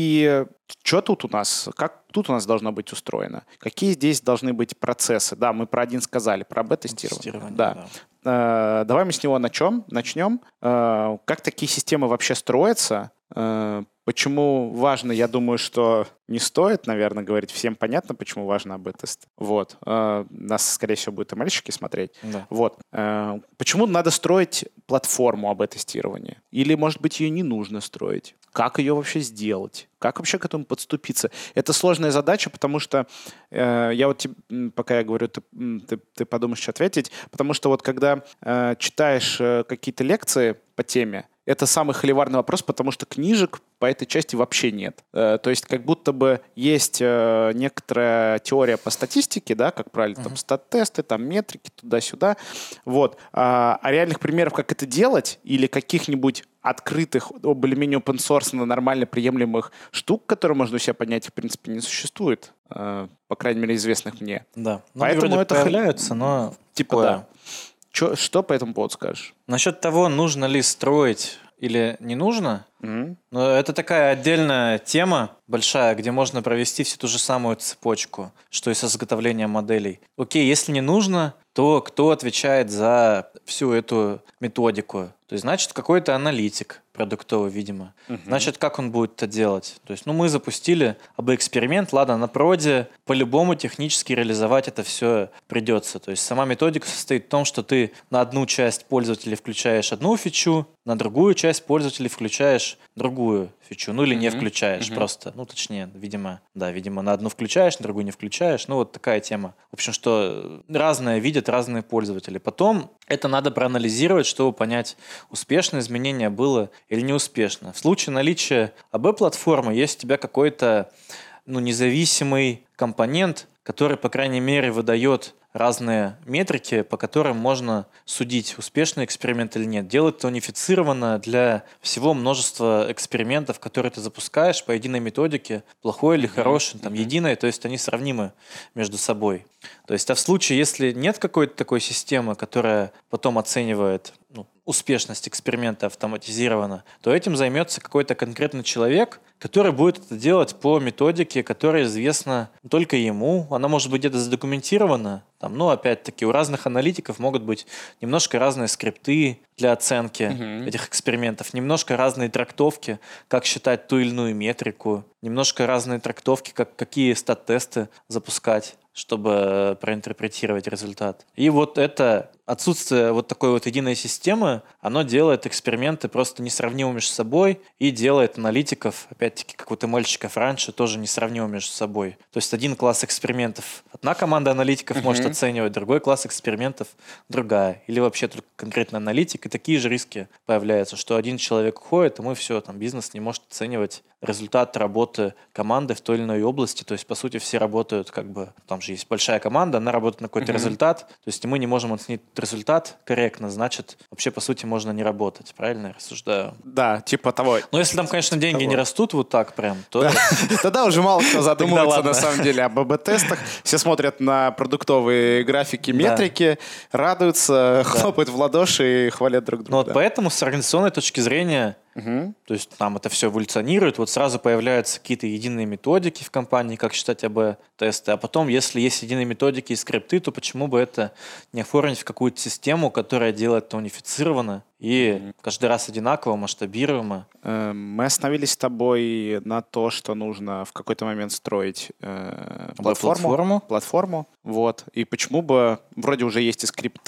И что тут у нас? Как тут у нас должно быть устроено? Какие здесь должны быть процессы? Да, мы про один сказали, про бета-тестирование. Тестирование, Да. да. Э, Давай мы с него начнем. начнем. Э, Как такие системы вообще строятся? Э, Почему важно? Я думаю, что не стоит, наверное, говорить. Всем понятно, почему важно эй би тест. Вот. Э, Нас, скорее всего, будут эм эль-щики смотреть. Да. Вот. Э, Почему надо строить платформу эй би тестирования? Или, может быть, ее не нужно строить? Как ее вообще сделать? Как вообще к этому подступиться? Это сложная задача, потому что э, я вот, теб- м, пока я говорю, ты, м, ты, ты подумаешь, что ответить, потому что вот когда э, читаешь э, какие-то лекции по теме, это самый холиварный вопрос, потому что книжек по этой части вообще нет. Э, то есть как будто бы есть э, некоторая теория по статистике, да, как правильно, там Мгм. стат-тесты, там метрики, туда-сюда. Вот. А, а реальных примеров, как это делать, или каких-нибудь открытых, о, более-менее open-source, нормально приемлемых штук, которые можно у себя поднять, в принципе, не существует. Э, по крайней мере, известных мне. Да. Ну, Поэтому они вроде это х- появляются, но Типа такое. да. Чё- что по этому поводу скажешь? Насчет того, нужно ли строить или не нужно, Мгм. но это такая отдельная тема большая, где можно провести всю ту же самую цепочку, что и со изготовлением моделей. Окей, если не нужно, то кто отвечает за всю эту методику? То есть, значит, какой-то аналитик продуктовый, видимо. Мгм. Значит, как он будет это делать? То есть, ну, мы запустили эй би-эксперимент, ладно, на проде по-любому технически реализовать это все придется. То есть, сама методика состоит в том, что ты на одну часть пользователей включаешь одну фичу, на другую часть пользователей включаешь другую фичу. Ну, или не Мгм. включаешь Мгм. просто. Ну, точнее, видимо, да, видимо, на одну включаешь, на другую не включаешь. Ну, вот такая тема. В общем, что разное видят разные пользователи. Потом это надо проанализировать, чтобы понять, успешно изменение было или неуспешно. В случае наличия эй би-платформы есть у тебя какой-то, ну, независимый компонент, который, по крайней мере, выдает разные метрики, по которым можно судить, успешный эксперимент или нет. Делать это унифицированно для всего множества экспериментов, которые ты запускаешь по единой методике, плохой или Мгм. хороший, там, Мгм. единой, то есть они сравнимы между собой. То есть, а в случае, если нет какой-то такой системы, которая потом оценивает, ну, успешность эксперимента автоматизирована, то этим займется какой-то конкретный человек, который будет это делать по методике, которая известна только ему. Она может быть где-то задокументирована. Там, ну, опять-таки, у разных аналитиков могут быть немножко разные скрипты для оценки Мгм. этих экспериментов, немножко разные трактовки, как считать ту или иную метрику, немножко разные трактовки, как, какие стат-тесты запускать, чтобы проинтерпретировать результат. И вот это отсутствие вот такой вот единой системы, оно делает эксперименты просто несравнимыми между собой и делает аналитиков, опять-таки, как вот и мальчиков раньше, тоже несравнимыми между собой. То есть один класс экспериментов одна команда аналитиков может Мгм. оценивать, другой класс экспериментов другая. Или вообще только конкретно аналитик. И такие же риски появляются, что один человек уходит, и мы все, там бизнес не может оценивать результат работы команды в той или иной области. То есть, по сути, все работают как бы, там же есть большая команда, она работает на какой-то Мгм. результат, то есть мы не можем оценить этот результат корректно, значит, вообще, по сути, можно не работать. Правильно я рассуждаю? Да, типа того. Но если там, конечно, деньги того. не растут вот так прям, то... Да. Тогда уже мало кто задумывается ладно. на самом деле об эй би-тестах. Все смотрят на продуктовые графики, Да. метрики, радуются, хлопают в ладоши и хвалят друг Ну вот друга. поэтому с организационной точки зрения, Мгм. то есть там это все эволюционирует, вот сразу появляются какие-то единые методики в компании, как считать эй би-тесты, а потом, если есть единые методики и скрипты, то почему бы это не оформить в какую-то систему, которая делает это унифицированно и каждый раз одинаково, масштабируемо. Э, Мы остановились с тобой на то, что нужно в какой-то момент строить э, платформу. Платформу. Платформу. Вот. И почему бы вроде уже есть и скрипты,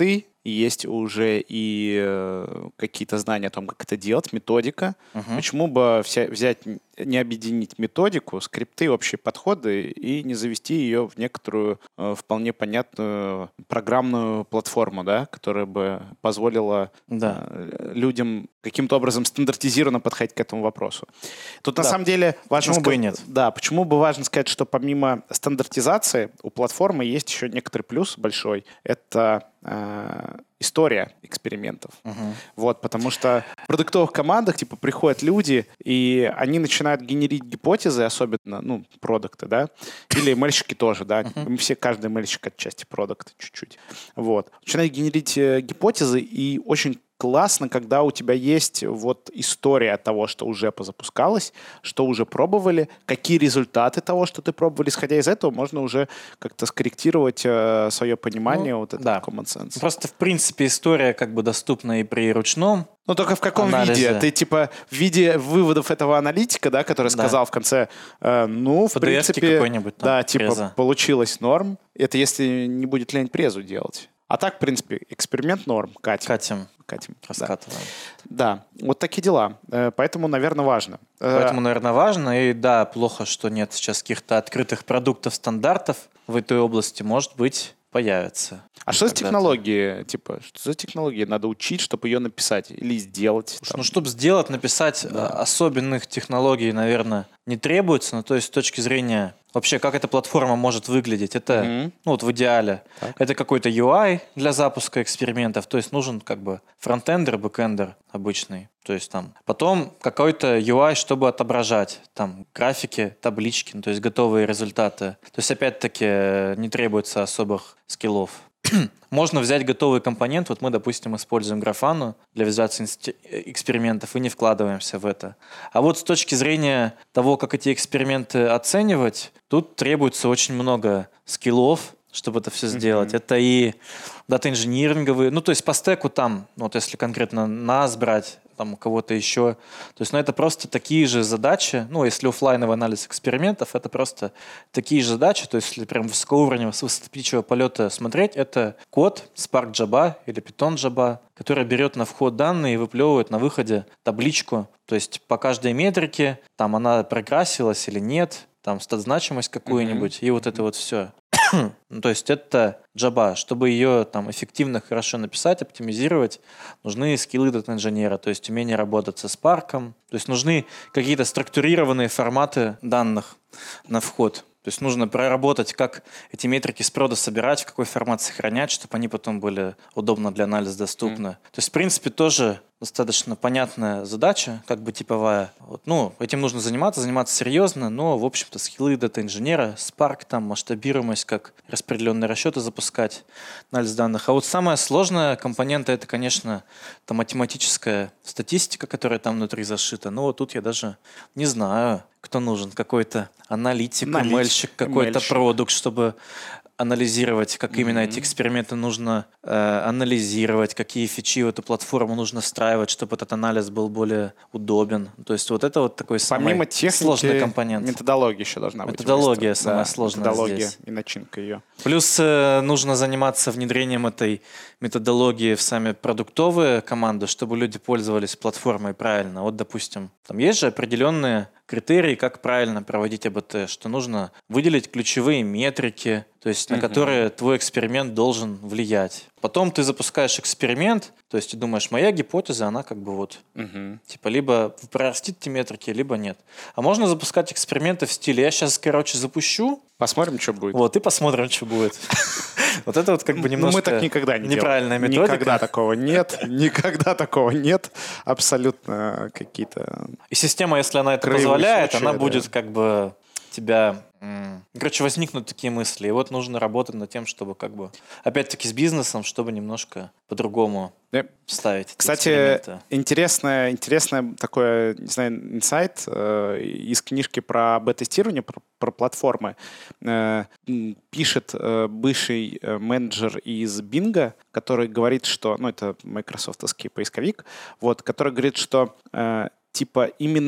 есть уже и э, какие-то знания о том, как это делать, методика. Uh-huh. Почему бы вся, взять, не объединить методику, скрипты, общие подходы и не завести ее в некоторую э, вполне понятную программную платформу, да, которая бы позволила да. э, людям каким-то образом стандартизированно подходить к этому вопросу. Тут да. на самом деле важно почему сказать, бы и нет? Да, почему бы важно сказать, что помимо стандартизации у платформы есть еще некоторый плюс большой. Это э, история экспериментов. Uh-huh. Вот, потому что в продуктовых командах типа приходят люди, и они начинают генерить гипотезы, особенно, ну, продукты, да, или мэльщики тоже, да. Uh-huh. Мы все, каждый мэльщик отчасти продукт чуть-чуть. Вот. Начинают генерить э, гипотезы, и очень классно, когда у тебя есть вот история того, что уже позапускалось, что уже пробовали, какие результаты того, что ты пробовали. Исходя из этого, можно уже как-то скорректировать э, свое понимание, ну, вот это да. common sense. Просто, в принципе, история как бы доступна и при ручном. Ну, только в каком анализе. виде? Ты, типа, в виде выводов этого аналитика, да, который да. сказал в конце, э, ну, в пи ди эф-ки принципе, какой-нибудь там, да, типа, преза. Получилось норм. Это если не будет лень презу делать. А так, в принципе, эксперимент норм. Катим. Катим. Катим. Раскатываем. Да. да, вот такие дела. Поэтому, наверное, важно. Поэтому, наверное, важно. И да, плохо, что нет сейчас каких-то открытых продуктов, стандартов в этой области. Может быть, появится. А что за технологии? Типа, что за технологии надо учить, чтобы ее написать или сделать? Ну, чтобы сделать, написать да. особенных технологий, наверное, не требуется. Ну, то есть с точки зрения вообще, как эта платформа может выглядеть, это, mm-hmm. ну, вот в идеале, так. это какой-то ю ай для запуска экспериментов, то есть нужен как бы фронтендер, бэкендер обычный, то есть там потом какой-то ю ай, чтобы отображать там графики, таблички, ну, то есть готовые результаты. То есть опять-таки не требуется особых скиллов. Можно взять готовый компонент, вот мы, допустим, используем Grafana для визуализации экспериментов и не вкладываемся в это. А вот с точки зрения того, как эти эксперименты оценивать, тут требуется очень много скиллов, чтобы это все сделать. Mm-hmm. Это и дата-инжиниринговые, ну то есть по стеку там, вот если конкретно нас брать, там у кого-то еще. То есть, ну, это просто такие же задачи. Ну, если офлайновый анализ экспериментов, это просто такие же задачи. То есть, если прям высокоуровневого, с высокоптичного полета смотреть, это код Spark Java или Python Java, который берет на вход данные и выплевывает на выходе табличку. То есть, по каждой метрике, там она прокрасилась или нет, там стат-значимость какую-нибудь, mm-hmm. и вот это вот все. Ну, то есть это Java. Чтобы ее там эффективно, хорошо написать, оптимизировать, нужны скиллы дата-инженера, то есть умение работать со Spark. То есть нужны какие-то структурированные форматы данных на вход. То есть нужно проработать, как эти метрики с прода собирать, в какой формат сохранять, чтобы они потом были удобно для анализа доступны. Mm. То есть, в принципе, тоже достаточно понятная задача, как бы типовая. Вот, ну, этим нужно заниматься, заниматься серьезно, но, в общем-то, скиллы дата-инженера, Spark, там, масштабируемость, как распределенные расчеты запускать, анализ данных. А вот самая сложная компонента — это, конечно, это математическая статистика, которая там внутри зашита. Ну, вот тут я даже не знаю, кто нужен. Какой-то аналитик, эмэльщик, какой-то продукт, чтобы анализировать, как mm-hmm. именно эти эксперименты нужно э, анализировать, какие фичи в эту платформу нужно встраивать, чтобы этот анализ был более удобен. То есть вот это вот такой Помимо самый техники, сложный компонент. Методология еще должна быть. Методология самая да, сложная методология здесь. И начинка ее. Плюс э, нужно заниматься внедрением этой методологии в сами продуктовые команды, чтобы люди пользовались платформой правильно. Вот, допустим, там есть же определенные критерии, как правильно проводить эй би ти, что нужно выделить ключевые метрики, то есть на uh-huh. которые твой эксперимент должен влиять. Потом ты запускаешь эксперимент, то есть ты думаешь, моя гипотеза, она как бы вот, uh-huh. типа либо прорастит эти метрики, либо нет. А можно запускать эксперименты в стиле, я сейчас, короче, запущу. Посмотрим, что будет. Вот, и посмотрим, что будет. Вот это вот как бы немножко мы так никогда не неправильная методика. Никогда такого нет, никогда такого нет. Абсолютно какие-то... И система, если она это позволяет, она будет как бы тебя... Короче, возникнут такие мысли. И вот нужно работать над тем, чтобы как бы... Опять-таки с бизнесом, чтобы немножко по-другому ставить. Кстати, интересное, интересное такое, не знаю, инсайт э, из книжки про бета-тестирование, про, про платформы. Э, пишет э, бывший менеджер из Bing, который говорит, что... Ну, это майкрософтовский поисковик. Вот, который говорит, что... Э, типа именно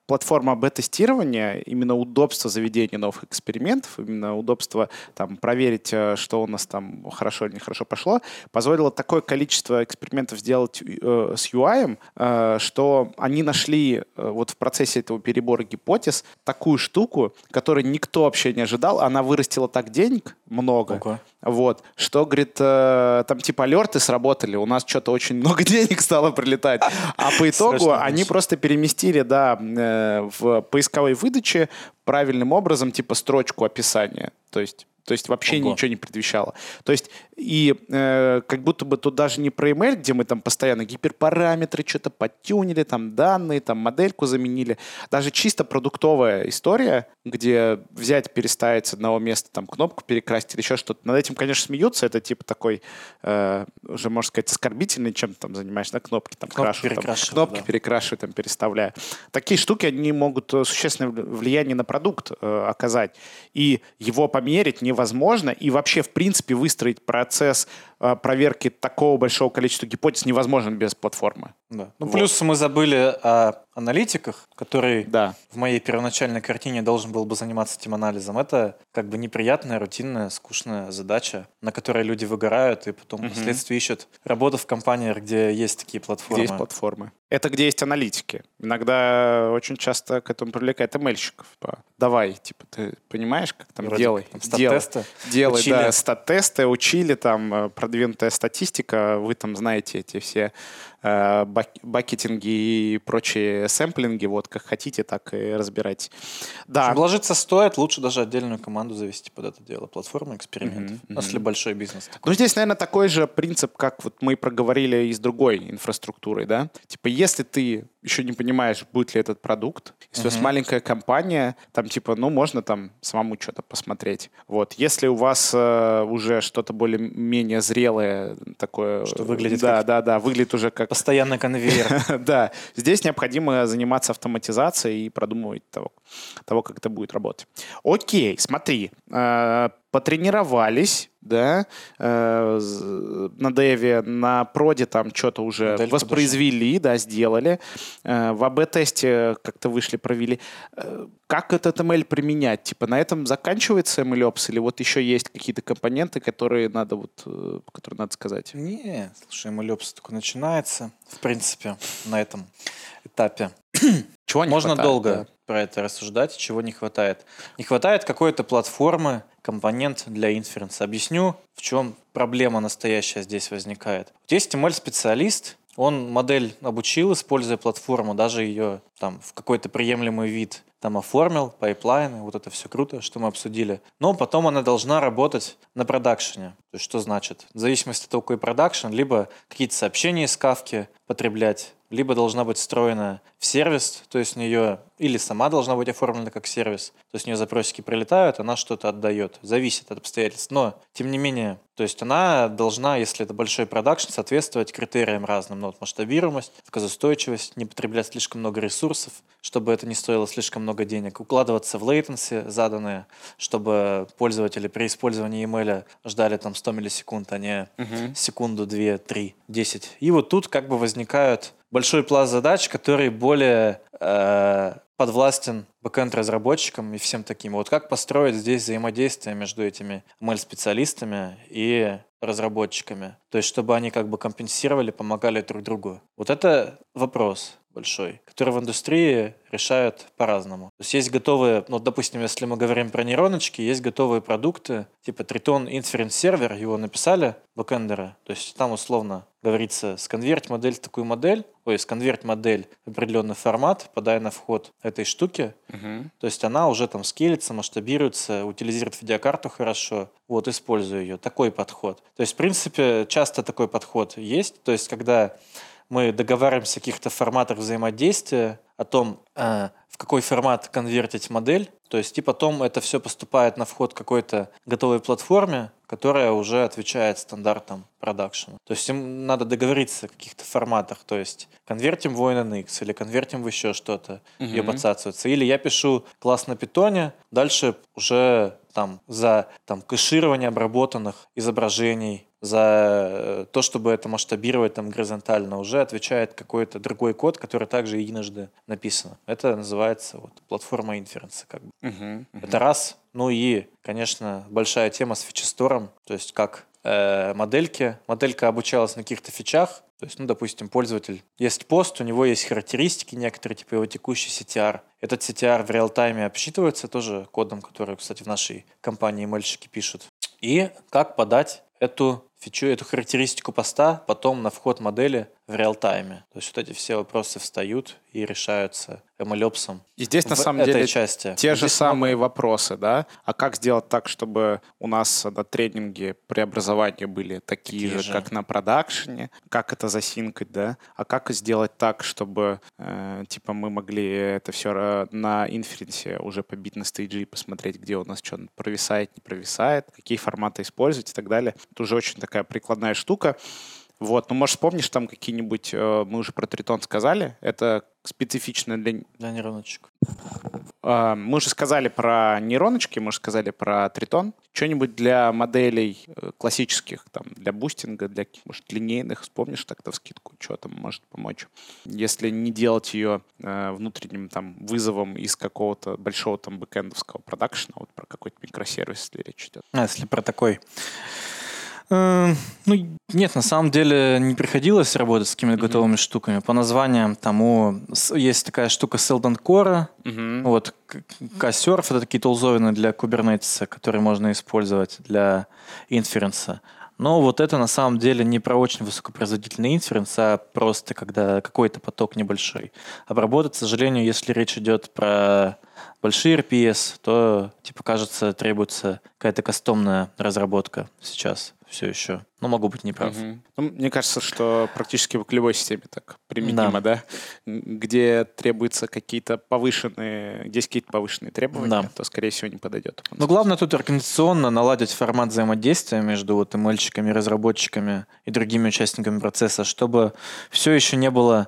платформа бета-тестирования, именно удобство заведения новых экспериментов, именно удобство там, проверить, что у нас там хорошо или нехорошо пошло, позволило такое количество экспериментов сделать э, с ю ай, э, что они нашли э, вот в процессе этого перебора гипотез такую штуку, которую никто вообще не ожидал. Она вырастила так денег много, Okay. вот, что, говорит, э, там типа алерты сработали, у нас что-то очень много денег стало прилетать. А по итогу они просто переместили, да, э, в поисковой выдаче правильным образом, типа строчку описания. То есть То есть вообще Ого. Ничего не предвещало. То есть и э, как будто бы тут даже не про эм эл, где мы там постоянно гиперпараметры что-то подтюнили, там данные, там модельку заменили. Даже чисто продуктовая история, где взять, переставить с одного места там кнопку перекрасить или еще что-то. Над этим, конечно, смеются. Это типа такой, э, уже можно сказать, оскорбительный, чем ты там занимаешься, на кнопки там кнопки крашу. Там, кнопки да. перекрашиваю, там переставляю. Такие штуки, они могут существенное влияние на продукт э, оказать. И его померить не невозможно, и вообще, в принципе, выстроить процесс э, проверки такого большого количества гипотез невозможно без платформы. Да. Ну, вот. Плюс мы забыли о аналитиках, который да. в моей первоначальной картине должен был бы заниматься этим анализом. Это как бы неприятная, рутинная, скучная задача, на которой люди выгорают и потом угу. впоследствии ищут работу в компаниях, где есть такие платформы. Где есть платформы. Это где есть аналитики. Иногда очень часто к этому привлекают эм эльщиков. Давай, типа, ты понимаешь, как там Вроде делай. Там делай, стат-тесты делай, учили. Да, стат-тесты учили, там продвинутая статистика, вы там знаете эти все э, бак- бакетинги и прочие сэмплинги, вот как хотите, так и разбирайте. Да. Вложиться стоит, лучше даже отдельную команду завести под это дело, платформу экспериментов, mm-hmm. если большой бизнес. Такой. Ну, здесь, наверное, такой же принцип, как вот мы проговорили и с другой инфраструктурой, да? Типа, если ты еще не понимаешь, будет ли этот продукт, если uh-huh. у вас маленькая компания, там типа, ну, можно там самому что-то посмотреть. Вот. Если у вас э, уже что-то более-менее зрелое, такое... Что выглядит да, как... Да, да, выглядит уже как... Постоянный конвейер. Да. Здесь необходимо заниматься автоматизацией и продумывать того, того, как это будет работать. Окей, смотри. Потренировались, да, э, на деве, на проде там что-то уже Модель воспроизвели, да, сделали. Э, в эй би-тесте как-то вышли, провели. Э, как этот эм эл применять? Типа на этом заканчивается эм эл опс или вот еще есть какие-то компоненты, которые надо вот, э, которые надо сказать? Не, слушай, эм эл опс только начинается, в принципе, на этом этапе. Чего не Можно хватает, долго да? про это рассуждать, чего не хватает. Не хватает какой-то платформы, компонент для инференса. Объясню, в чем проблема настоящая здесь возникает. Вот есть эм эл-специалист, он модель обучил, используя платформу, даже ее там в какой-то приемлемый вид там оформил, пайплайны, вот это все круто, что мы обсудили. Но потом она должна работать на продакшене. То есть что значит? В зависимости от того, какой продакшен, либо какие-то сообщения из Kafka потреблять, либо должна быть встроена в сервис, то есть у нее или сама должна быть оформлена как сервис, то есть у нее запросики прилетают, она что-то отдает. Зависит от обстоятельств. Но, тем не менее, то есть она должна, если это большой продакшн, соответствовать критериям разным. Ну, вот масштабируемость, отказоустойчивость, не потреблять слишком много ресурсов, чтобы это не стоило слишком много денег, укладываться в latency заданные, чтобы пользователи при использовании email ждали там сто миллисекунд, а не uh-huh. секунду, две, три, десять. И вот тут как бы возникают большой пласт задач, который более э, подвластен бэкэнд-разработчикам и всем таким. Вот как построить здесь взаимодействие между этими эм эл-специалистами и разработчиками? То есть, чтобы они как бы компенсировали, помогали друг другу. Вот это вопрос большой, который в индустрии решают по-разному. То есть есть готовые, ну, допустим, если мы говорим про нейроночки, есть готовые продукты, типа Triton Inference Server, его написали бэкэндеры, то есть там условно говорится, сконверть модель в такую модель, ой, сконверть модель в определенный формат, подай на вход этой штуки, uh-huh. то есть она уже там скейлится, масштабируется, утилизирует видеокарту хорошо, вот, использую ее. Такой подход. То есть, в принципе, часто такой подход есть, то есть, когда мы договариваемся о каких-то форматах взаимодействия, о том, э, в какой формат конвертить модель, то есть и потом это все поступает на вход какой-то готовой платформе, которая уже отвечает стандартам продакшена. То есть им надо договориться о каких-то форматах, то есть конвертим в о эн эн икс или конвертим в еще что-то, uh-huh. и обоцациваться. Или я пишу класс на питоне, дальше уже там за там, кэширование обработанных изображений, за то, чтобы это масштабировать там горизонтально, уже отвечает какой-то другой код, который также единожды написан. Это называется вот платформа инференса. Как бы. Uh-huh, uh-huh. Это раз. Ну и, конечно, большая тема с фичестором, то есть как э, модельки. Моделька обучалась на каких-то фичах. То есть, ну, допустим, пользователь, есть пост, у него есть характеристики некоторые, типа его текущий си ти ар. Этот си ти ар в реал-тайме обсчитывается тоже кодом, который, кстати, в нашей компании мальчики пишут. И как подать эту фичу, эту характеристику поста потом на вход модели в реал-тайме. То есть вот эти все вопросы встают и решаются эм эл опсом. И здесь на в самом этой деле части. те Здесь же самые много... вопросы, да? А как сделать так, чтобы у нас на тренинге преобразования были такие, Такие же, же. как на продакшене? Как это засинкать, да? А как сделать так, чтобы э, типа мы могли это все на инференсе уже побить на стейджи и посмотреть, где у нас что провисает, не провисает, какие форматы использовать и так далее. Это уже очень такая прикладная штука. Вот, ну, может, вспомнишь там какие-нибудь, э, мы уже про Тритон сказали, это специфично для... Для нейроночек. Э, мы уже сказали про нейроночки, мы уже сказали про Тритон. Что-нибудь для моделей э, классических, там, для бустинга, для, может, линейных, вспомнишь так-то вскидку, что там может помочь? Если не делать ее э, внутренним там вызовом из какого-то большого там бэкэндовского продакшена, вот про какой-то микросервис, если речь идет. А, если про такой... Ну, нет, на самом деле не приходилось работать с какими-то mm-hmm. готовыми штуками. По названиям там у... есть такая штука Seldon Core, mm-hmm. вот K-Surf, это такие тулзовины для Kubernetes, которые можно использовать для инференса. Но вот это на самом деле не про очень высокопроизводительный инференс, а просто когда какой-то поток небольшой. Обработать, к сожалению, если речь идет про большие эр пи эс, то, типа, кажется, требуется какая-то кастомная разработка сейчас все еще. Но могу быть неправ. Угу. Ну, мне кажется, что практически к любой системе так применимо, да? да? Где требуются какие-то повышенные, где есть какие-то повышенные требования, да. то, скорее всего, не подойдет. Но главное тут организационно наладить формат взаимодействия между вот эм эльщиками, разработчиками и другими участниками процесса, чтобы все еще не было...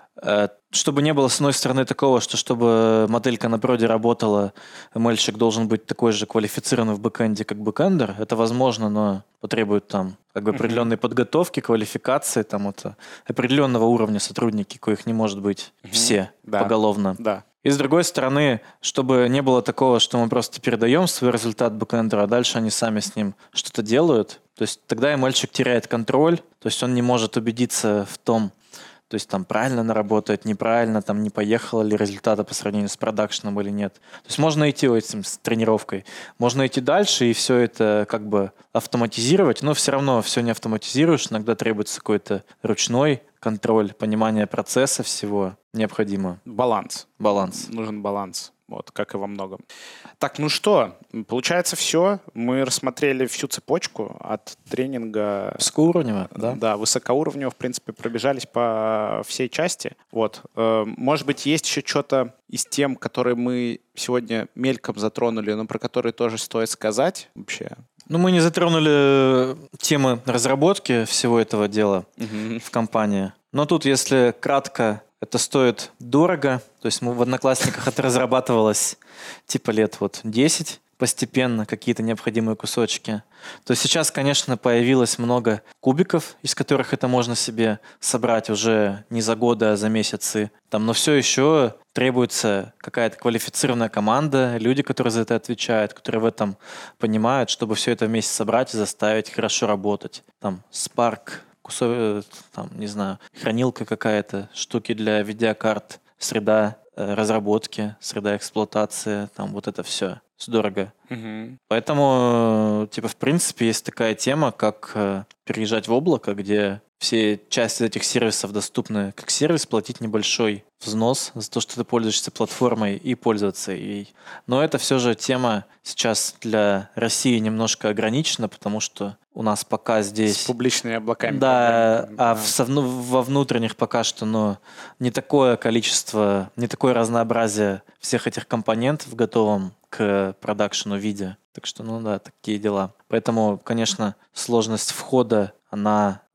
Чтобы не было, с одной стороны, такого, что чтобы моделька на проде работала, эм эльщик должен быть такой же квалифицированный в бэкэнде, как бэкэндер. Это возможно, но потребует там как бы определенной uh-huh. подготовки, квалификации, там вот определенного уровня сотрудники, коих не может быть uh-huh. все да. поголовно. Да. И с другой стороны, чтобы не было такого, что мы просто передаем свой результат бэкэндеру, а дальше они сами с ним что-то делают. То есть тогда эм эльщик теряет контроль, то есть он не может убедиться в том, то есть там правильно она работает, неправильно, там не поехало ли результата по сравнению с продакшеном или нет. То есть можно идти этим с тренировкой, можно идти дальше и все это как бы автоматизировать, но все равно все не автоматизируешь, иногда требуется какой-то ручной контроль, понимание процесса всего необходимо. Баланс. Баланс. Нужен баланс. Вот, как и во многом. Так, ну что, получается все. Мы рассмотрели всю цепочку от тренинга... Высокоуровневого, да? Да, высокоуровневого, в принципе, пробежались по всей части. Вот. Может быть, есть еще что-то из тем, которые мы сегодня мельком затронули, но про которые тоже стоит сказать вообще? Ну, мы не затронули темы разработки всего этого дела угу. в компании. Но тут, если кратко... Это стоит дорого, то есть мы в Одноклассниках это разрабатывалось типа лет вот десять, постепенно какие-то необходимые кусочки. То есть сейчас, конечно, появилось много кубиков, из которых это можно себе собрать уже не за годы, а за месяцы. Там, но все еще требуется какая-то квалифицированная команда, люди, которые за это отвечают, которые в этом понимают, чтобы все это вместе собрать и заставить хорошо работать. Там Spark, кусок, там, не знаю, хранилка какая-то, штуки для видеокарт, среда э, разработки, среда эксплуатации, там вот это все. Дорого. Угу. Поэтому, типа, в принципе, есть такая тема, как э, переезжать в облако, где все части этих сервисов доступны как сервис, платить небольшой взнос за то, что ты пользуешься платформой и пользоваться ей. Но это все же тема сейчас для России немножко ограничена, потому что у нас пока здесь... С публичными облаками. Да, а в, совну, во внутренних пока что, но не такое количество, не такое разнообразие всех этих компонентов в готовом к продакшену виде. Так что, ну да, такие дела. Поэтому, конечно, сложность входа, она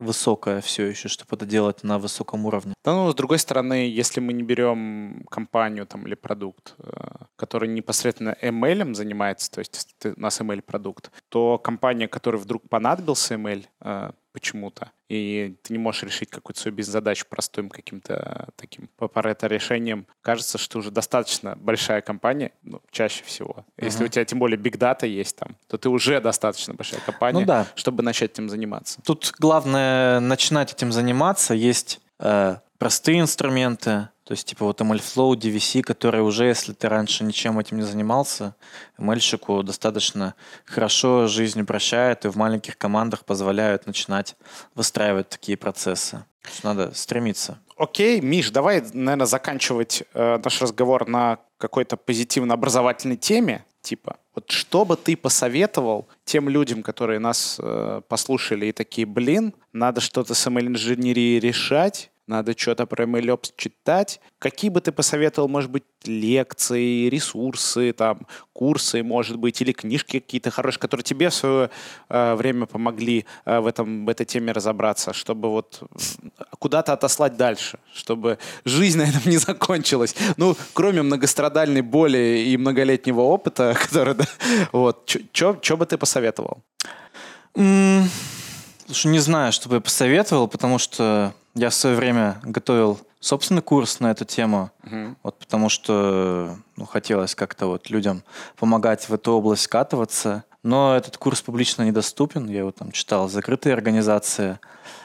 высокое все еще, чтобы это делать на высоком уровне. Да, ну, с другой стороны, если мы не берем компанию там, или продукт, э, который непосредственно эм эл занимается, то есть если ты- у нас эм эл-продукт, то компания, которой вдруг понадобился эм эл э, почему-то, и ты не можешь решить какую-то свою бизнес-задачу простым каким-то э, таким Pareto-решением, кажется, что уже достаточно большая компания, ну, чаще всего. Если Мгм. у тебя тем более big data есть там, то ты уже достаточно большая компания, Ну да. чтобы начать этим заниматься. Тут главное начинать этим заниматься. Есть э, простые инструменты, то есть типа вот эм эл-Flow, ди ви си, которые уже, если ты раньше ничем этим не занимался, эм эл-щику достаточно хорошо жизнь упрощает и в маленьких командах позволяют начинать выстраивать такие процессы. То есть надо стремиться. Окей, Миш, давай, наверное, заканчивать э, наш разговор на какой-то позитивно-образовательной теме. Типа, вот что бы ты посоветовал тем людям, которые нас э, послушали и такие, блин, надо что-то с эм эл-инженерией решать, надо что-то про эм эл-опс читать. Какие бы ты посоветовал, может быть, лекции, ресурсы, там, курсы, может быть, или книжки какие-то хорошие, которые тебе в свое э, время помогли э, в, этом, в этой теме разобраться, чтобы вот э, куда-то отослать дальше, чтобы жизнь на этом не закончилась. Ну, кроме многострадальной боли и многолетнего опыта, который, да, вот, что бы ты посоветовал? М, Слушай, не знаю, что бы я посоветовал, потому что я в свое время готовил собственный курс на эту тему, Мгм. вот потому что ну, хотелось как-то вот людям помогать в эту область скатываться. Но этот курс публично недоступен, я его там читал в закрытой организации.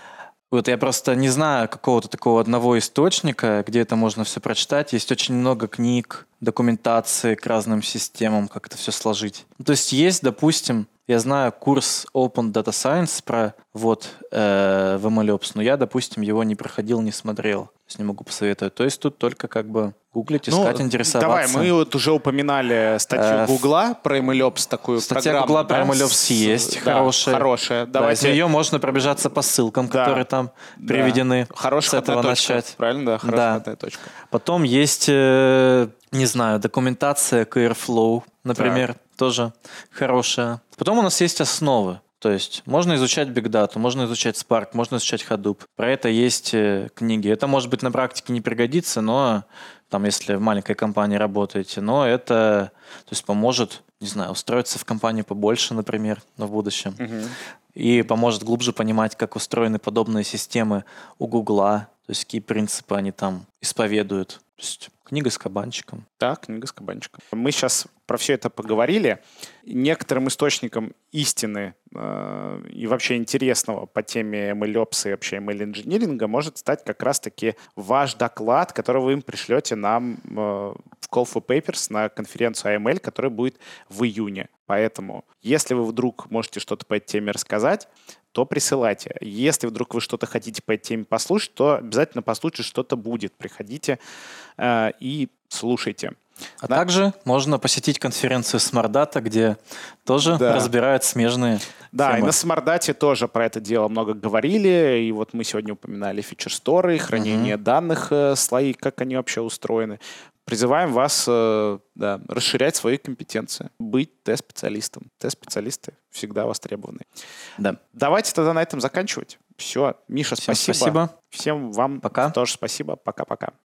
Вот я просто не знаю какого-то такого одного источника, где это можно все прочитать. Есть очень много книг, документации к разным системам, как это все сложить. Ну, то есть есть, допустим, я знаю курс Open Data Science про вот э, в эм эл-опс, но я, допустим, его не проходил, не смотрел. То есть не могу посоветовать. То есть тут только как бы гуглить, искать, Ну, интересоваться. давай, мы вот уже упоминали статью Э, Гугла про эм эл-опс, такую Статья программу. Гугла про да, эм эл-опс с- есть, да, хорошая. хорошая. Да, из Давайте, нее можно пробежаться по ссылкам, Да, которые там да. приведены. Хорошая С этого входная точка, начать. правильно? Да, хорошая Да. входная точка. Потом есть, э, не знаю, документация к Airflow, например, тоже хорошая. Потом у нас есть основы. То есть можно изучать Big Data, можно изучать Spark, можно изучать Hadoop. Про это есть э, книги. Это, может быть, на практике не пригодится, но там, если в маленькой компании работаете, но это то есть поможет, не знаю, устроиться в компанию побольше, например, в будущем. Мгм. И поможет глубже понимать, как устроены подобные системы у Гугла, то есть какие принципы они там исповедуют. То есть книга с кабанчиком. Да, книга с кабанчиком. Мы сейчас про все это поговорили. Некоторым источником истины э, и вообще интересного по теме эм эл-опс и вообще эм эл-инжиниринга может стать как раз-таки ваш доклад, который вы им пришлете нам э, в Call for Papers на конференцию эй эм эл, которая будет в июне. Поэтому, если вы вдруг можете что-то по этой теме рассказать, то присылайте. Если вдруг вы что-то хотите по этой теме послушать, то обязательно послушайте, что-то будет. Приходите э, и слушайте. А Да. также можно посетить конференцию Smart Data, где тоже Да. разбирают смежные Да, темы. и на Смардате тоже про это дело много говорили. И вот мы сегодня упоминали фичер-сторы, хранение данных, э, слои, как они вообще устроены. Призываем вас э, да, расширять свои компетенции, быть тест-специалистом. Тест-специалисты всегда востребованы. Да. Давайте тогда на этом заканчивать. Все, Миша, Всем спасибо. спасибо. Всем вам Пока. тоже спасибо. Пока-пока.